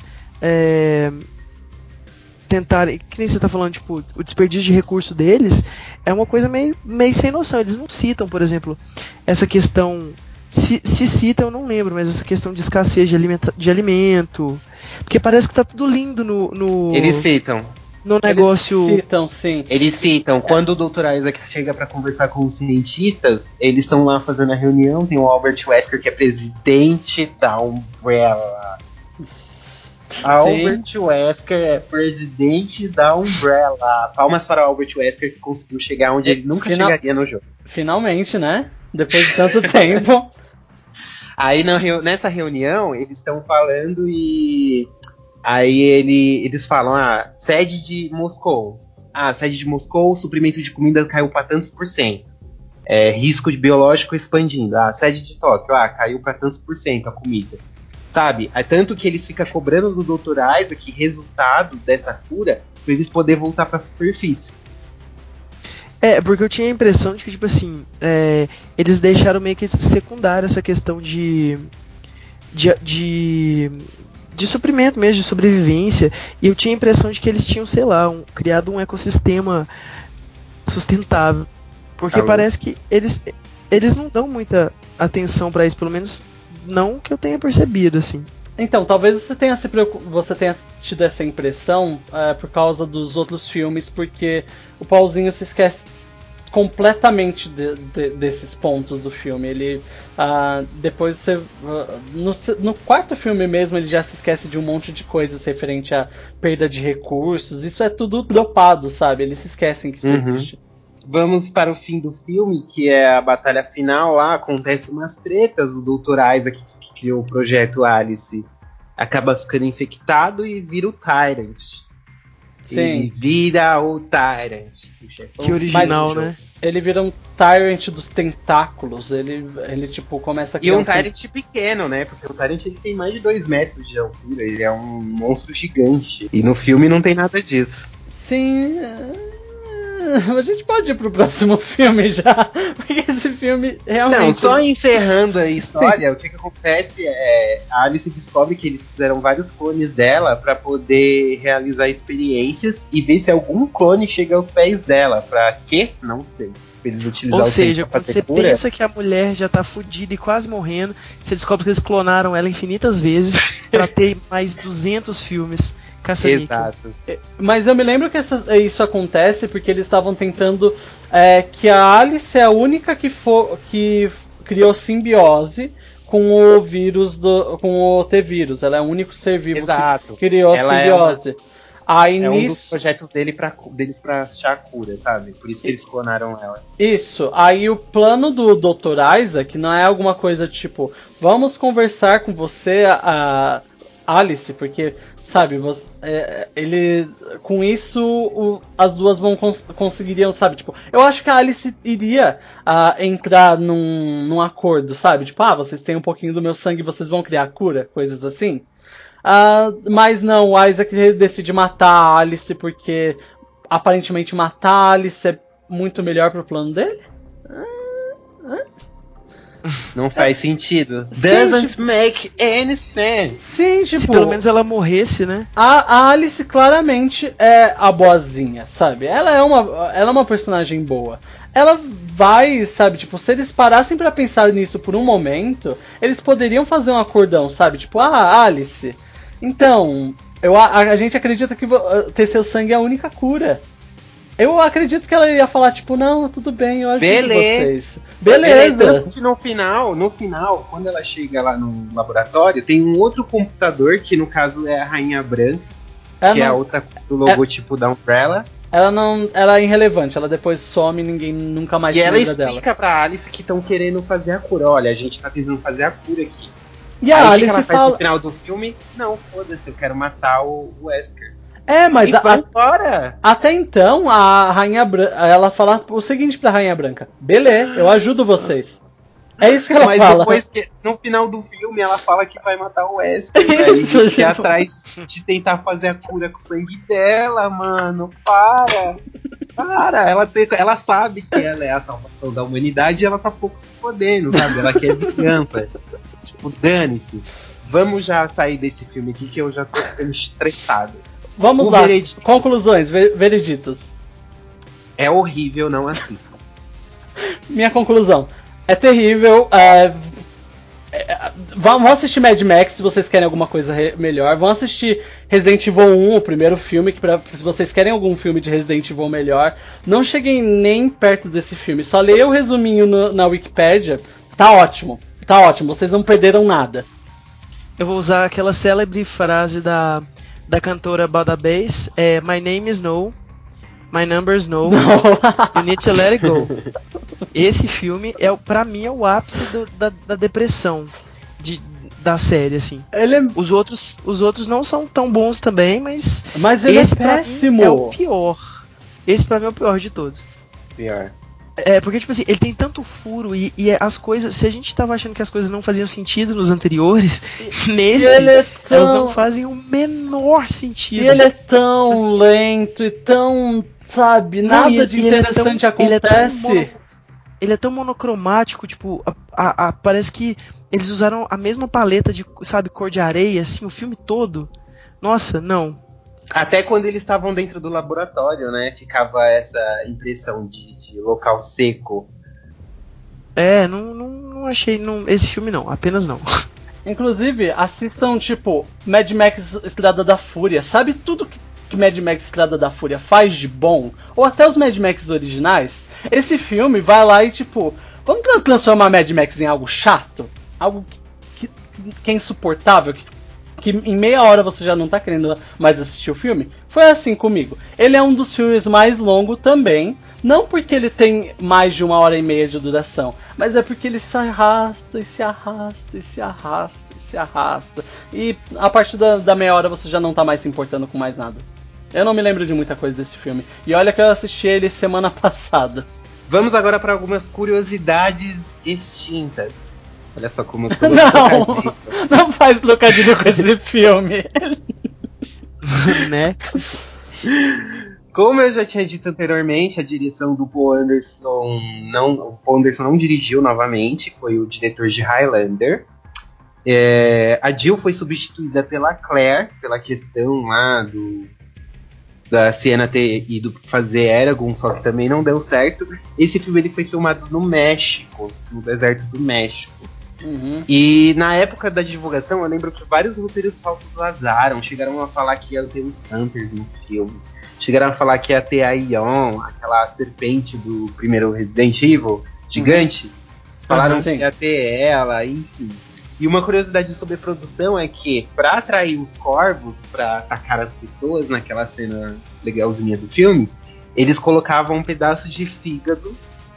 tentarem, que nem você tá falando, tipo, o desperdício de recurso deles é uma coisa meio sem noção. Eles não citam, por exemplo, essa questão, se cita, eu não lembro, mas essa questão de escassez de alimento, porque parece que tá tudo lindo no
Eles citam.
no negócio.
Eles citam, sim.
Eles citam, quando o Dr. Isaac chega pra conversar com os cientistas, eles estão lá fazendo a reunião, tem o Albert Wesker, que é presidente da Umbrella. Albert Wesker é presidente da Umbrella. Palmas para o Albert Wesker, que conseguiu chegar onde ele nunca chegaria no jogo.
Finalmente, né? Depois de tanto tempo.
Aí nessa reunião, eles estão falando e... Aí eles falam, sede de Moscou. Sede de Moscou, o suprimento de comida caiu para tantos por cento. Risco de biológico expandindo. Sede de Tóquio, caiu para tantos por cento a comida. Sabe? Tanto que eles ficam cobrando do Dr. Isaac resultado dessa cura para eles poderem voltar para a superfície.
Porque eu tinha a impressão de que, tipo assim, eles deixaram meio que secundário essa questão de suprimento mesmo, de sobrevivência, e eu tinha a impressão de que eles tinham, sei lá, criado um ecossistema sustentável. Porque parece que eles não dão muita atenção pra isso, pelo menos não que eu tenha percebido, assim.
Então, talvez você tenha tido essa impressão por causa dos outros filmes, porque o Paulzinho se esquece completamente desses pontos do filme. Ele depois você no quarto filme mesmo ele já se esquece de um monte de coisas referente à perda de recursos. Isso é tudo dropado, sabe? Eles se esquecem que isso existe.
Vamos para o fim do filme, que é a batalha final lá. Acontece umas tretas. O Dr. Isaac, que criou o projeto Alice, acaba ficando infectado e vira o Tyrant.
Sim.
Ele vira o Tyrant. O chefão.
Que original, né?
Ele vira um Tyrant dos tentáculos. Ele tipo, começa a
E
criar
um Tyrant pequeno, né? Porque o Tyrant ele tem mais de 2 metros de altura. Ele é um monstro gigante. E no filme não tem nada disso.
Sim. A gente pode ir pro próximo filme já. Porque esse filme realmente.
Não, só encerrando a história, o que acontece é a Alice descobre que eles fizeram vários clones dela pra poder realizar experiências e ver se algum clone chega aos pés dela. Pra quê? Não sei. Pra eles utilizar
Ou
o
seja,
tempo pra
quando
fazer
você
cura.
pensa que a mulher já tá fudida e quase morrendo, você descobre que eles clonaram ela infinitas vezes pra ter mais 200 filmes caça-níquel.
Exato.
Mas eu me lembro que isso acontece porque eles estavam tentando que a Alice é a única que criou simbiose com o vírus com o T-vírus. Ela é o único ser vivo
Exato.
que criou a
Ela
simbiose. Aí
É um dos
nisso,
projetos deles pra achar a cura, sabe? Por isso que eles clonaram ela.
isso. Aí o plano do Dr. Isaac não é alguma coisa tipo, vamos conversar com você, a Alice, porque, sabe, ele com isso as duas conseguiriam, sabe, tipo, eu acho que a Alice iria entrar num acordo, sabe, tipo, vocês têm um pouquinho do meu sangue, vocês vão criar a cura, coisas assim. Mas não, o Isaac decide matar a Alice porque aparentemente matar a Alice é muito melhor pro plano dele.
Não faz sentido.
Sim,
Doesn't
tipo-
make any sense.
Sim, tipo,
Se pelo menos ela morresse, né?
a Alice claramente é a boazinha, sabe? Ela é uma personagem boa. Ela vai, sabe, tipo, se eles parassem pra pensar nisso por um momento, eles poderiam fazer um acordão, sabe? Tipo, Alice, então, a gente acredita que ter seu sangue é a única cura. Eu acredito que ela ia falar, tipo, não, tudo bem, eu ajudo vocês. Beleza.
Tanto que no final, quando ela chega lá no laboratório, tem um outro computador, que no caso é a Rainha Branca, que é a outra do logotipo da Umbrella.
Ela é irrelevante, ela depois some e ninguém nunca mais
E
se
ela
lembra dela.
explica pra Alice que estão querendo fazer a cura. Olha, a gente tá tentando fazer a cura aqui.
E a
Aí o que
Alice
ela faz
fala.
no final do filme? Não, foda-se, eu quero matar o Wesker.
Mas
E vai embora.
até então a Rainha Branca, ela fala o seguinte pra Rainha Branca: beleza, eu ajudo vocês. É isso que ela
Mas
fala.
depois, no final do filme, ela fala que vai matar o Wesker.
Isso,
Aí
tipo-
ir atrás de tentar fazer a cura com o sangue dela, mano. Para! Ela sabe que ela é a salvação da humanidade e ela tá pouco se fodendo, sabe? Ela quer vingança. Tipo, dane-se. Vamos já sair desse filme aqui que eu já tô ficando estressado.
Vamos
O
lá,
veredito.
conclusões, vereditos.
É horrível, não assista.
Minha conclusão. É terrível. Vão assistir Mad Max se vocês querem alguma coisa melhor. Vão assistir Resident Evil 1, o primeiro filme, se vocês querem algum filme de Resident Evil melhor. Não cheguem nem perto desse filme. Só leia o resuminho na Wikipédia. Tá ótimo. Tá ótimo. Vocês não perderam nada.
Eu vou usar aquela célebre frase da cantora Bada Bass, My name is No, my number's no, you need to let it go. Esse filme, pra mim, é o ápice da depressão da série, assim. Os outros não são tão bons também, mas
ele
esse
é péssimo.
pra mim é o pior. Esse pra mim é o pior de todos.
Pior.
Porque, tipo assim, ele tem tanto furo e as coisas... Se a gente tava achando que as coisas não faziam sentido nos anteriores, nesse, elas não fazem o menor sentido.
E ele é tão lento e tão, sabe, nada de interessante acontece.
Ele é tão monocromático, tipo, parece que eles usaram a mesma paleta de, sabe, cor de areia, assim, o filme todo. Nossa, não.
Até quando eles estavam dentro do laboratório, né? Ficava essa impressão de local seco.
Não achei esse filme não, apenas não.
Inclusive, assistam, tipo, Mad Max Estrada da Fúria. Sabe tudo que Mad Max Estrada da Fúria faz de bom? Ou até os Mad Max originais? Esse filme vai lá e, tipo, vamos transformar Mad Max em algo chato? Algo que é insuportável, que em meia hora você já não tá querendo mais assistir o filme? Foi assim comigo. Ele é um dos filmes mais longos também. Não porque ele tem mais de 1h30 de duração, mas é porque ele se arrasta, e se arrasta, e se arrasta, e se arrasta. E a partir da meia hora você já não tá mais se importando com mais nada. Eu não me lembro de muita coisa desse filme. E olha que eu assisti ele semana passada.
Vamos agora para algumas curiosidades extintas. Olha só como eu tô
Não faz trocadilho com esse filme.
Né?
Como eu já tinha dito anteriormente, a direção do Paul Anderson o Paul Anderson não dirigiu novamente, foi o diretor de Highlander. A Jill foi substituída pela Claire, pela questão lá da Sienna ter ido fazer Eragon, só que também não deu certo. Esse filme ele foi filmado no México, no deserto do México.
Uhum.
E na época da divulgação, eu lembro que vários roteiros falsos vazaram. Chegaram a falar que ia ter os Hunters no filme. Chegaram a falar que ia ter a Ion, aquela serpente do primeiro Resident Evil, gigante. Falaram que ia ter ela, enfim. E uma curiosidade sobre a produção é que, pra atrair os corvos, pra atacar as pessoas naquela cena legalzinha do filme, eles colocavam um pedaço de fígado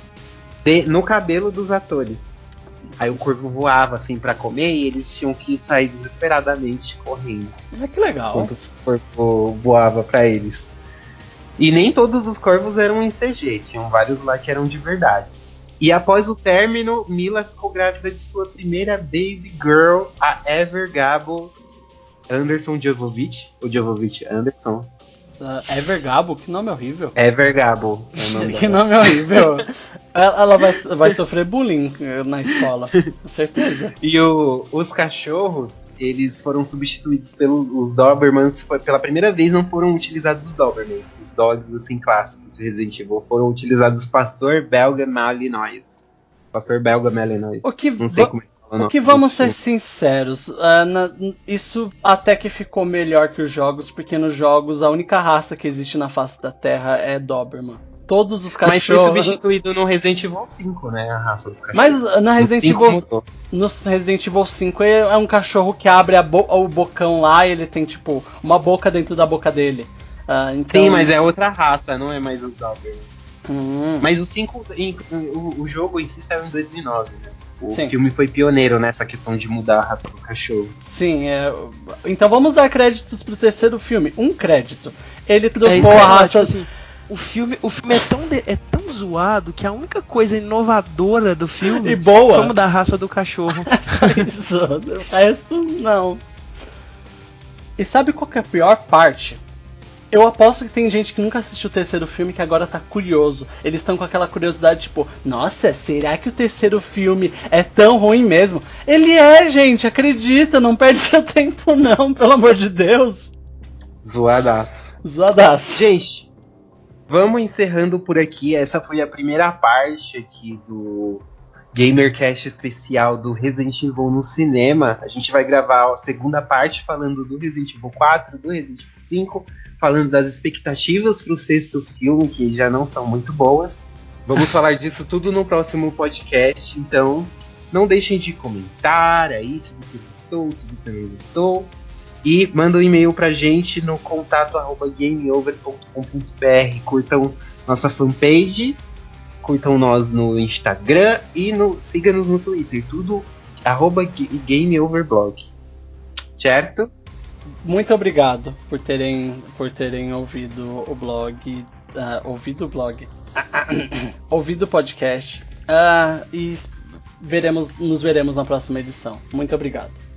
no cabelo dos atores. Aí o corvo voava assim pra comer e eles tinham que sair desesperadamente correndo.
Que legal.
Enquanto o corvo voava pra eles. E nem todos os corvos eram em CG, tinham vários lá que eram de verdade. E após o término, Mila ficou grávida de sua primeira baby girl, a Ever Gabo Anderson Jovovich, ou Jovovich Anderson.
Ever Gabo? Que nome horrível.
Ever Gabo. É o nome
Que
dela.
nome horrível. Ela vai sofrer bullying na escola, com certeza.
E os cachorros, eles foram substituídos pelos Dobermans. Pela primeira vez não foram utilizados os Dobermans. Os dogs, assim, clássicos de Resident Evil. Foram utilizados o Pastor Belga Malinois. Pastor Belga Malinois. Não sei como é que fala o nome.
Vamos ser sinceros, isso até que ficou melhor que os jogos, porque nos jogos a única raça que existe na face da Terra é Doberman. Todos os cachorros...
Mas foi substituído no Resident Evil 5, né? A raça do cachorro.
Mas na Resident Evil... No Resident Evil 5 é um cachorro que abre o bocão lá e ele tem, tipo, uma boca dentro da boca dele. Então...
Sim, mas é outra raça, não é mais os Dobermans. Mas o 5, o jogo em si saiu em 2009, né? O filme foi pioneiro nessa questão de mudar a raça do cachorro.
Sim, então vamos dar créditos pro terceiro filme. Um crédito. Ele trocou a raça...
Tipo assim, o filme é tão zoado que a única coisa inovadora do filme
e boa
foi mudar a raça do cachorro.
Isso, o resto não. E sabe qual que é a pior parte? Eu aposto que tem gente que nunca assistiu o terceiro filme que agora tá curioso. Eles estão com aquela curiosidade, tipo, nossa, será que o terceiro filme é tão ruim mesmo? Ele é, gente, acredita, não perde seu tempo não, pelo amor de Deus.
Zoadaço.
Gente,
vamos encerrando por aqui. Essa foi a primeira parte aqui do GamerCast especial do Resident Evil no cinema. A gente vai gravar a segunda parte falando do Resident Evil 4, do Resident Evil 5, falando das expectativas para o sexto filme, que já não são muito boas. Vamos falar disso tudo no próximo podcast, então não deixem de comentar aí se você gostou, se você não gostou. E manda um e-mail pra gente no contato@gameover.com.br. Curtam nossa fanpage, curtam nós no Instagram e siga-nos no Twitter. Tudo @gameoverblog. Certo?
Muito obrigado por terem ouvido o blog. Ouvido o blog. Ouvido o podcast. E nos veremos na próxima edição. Muito obrigado.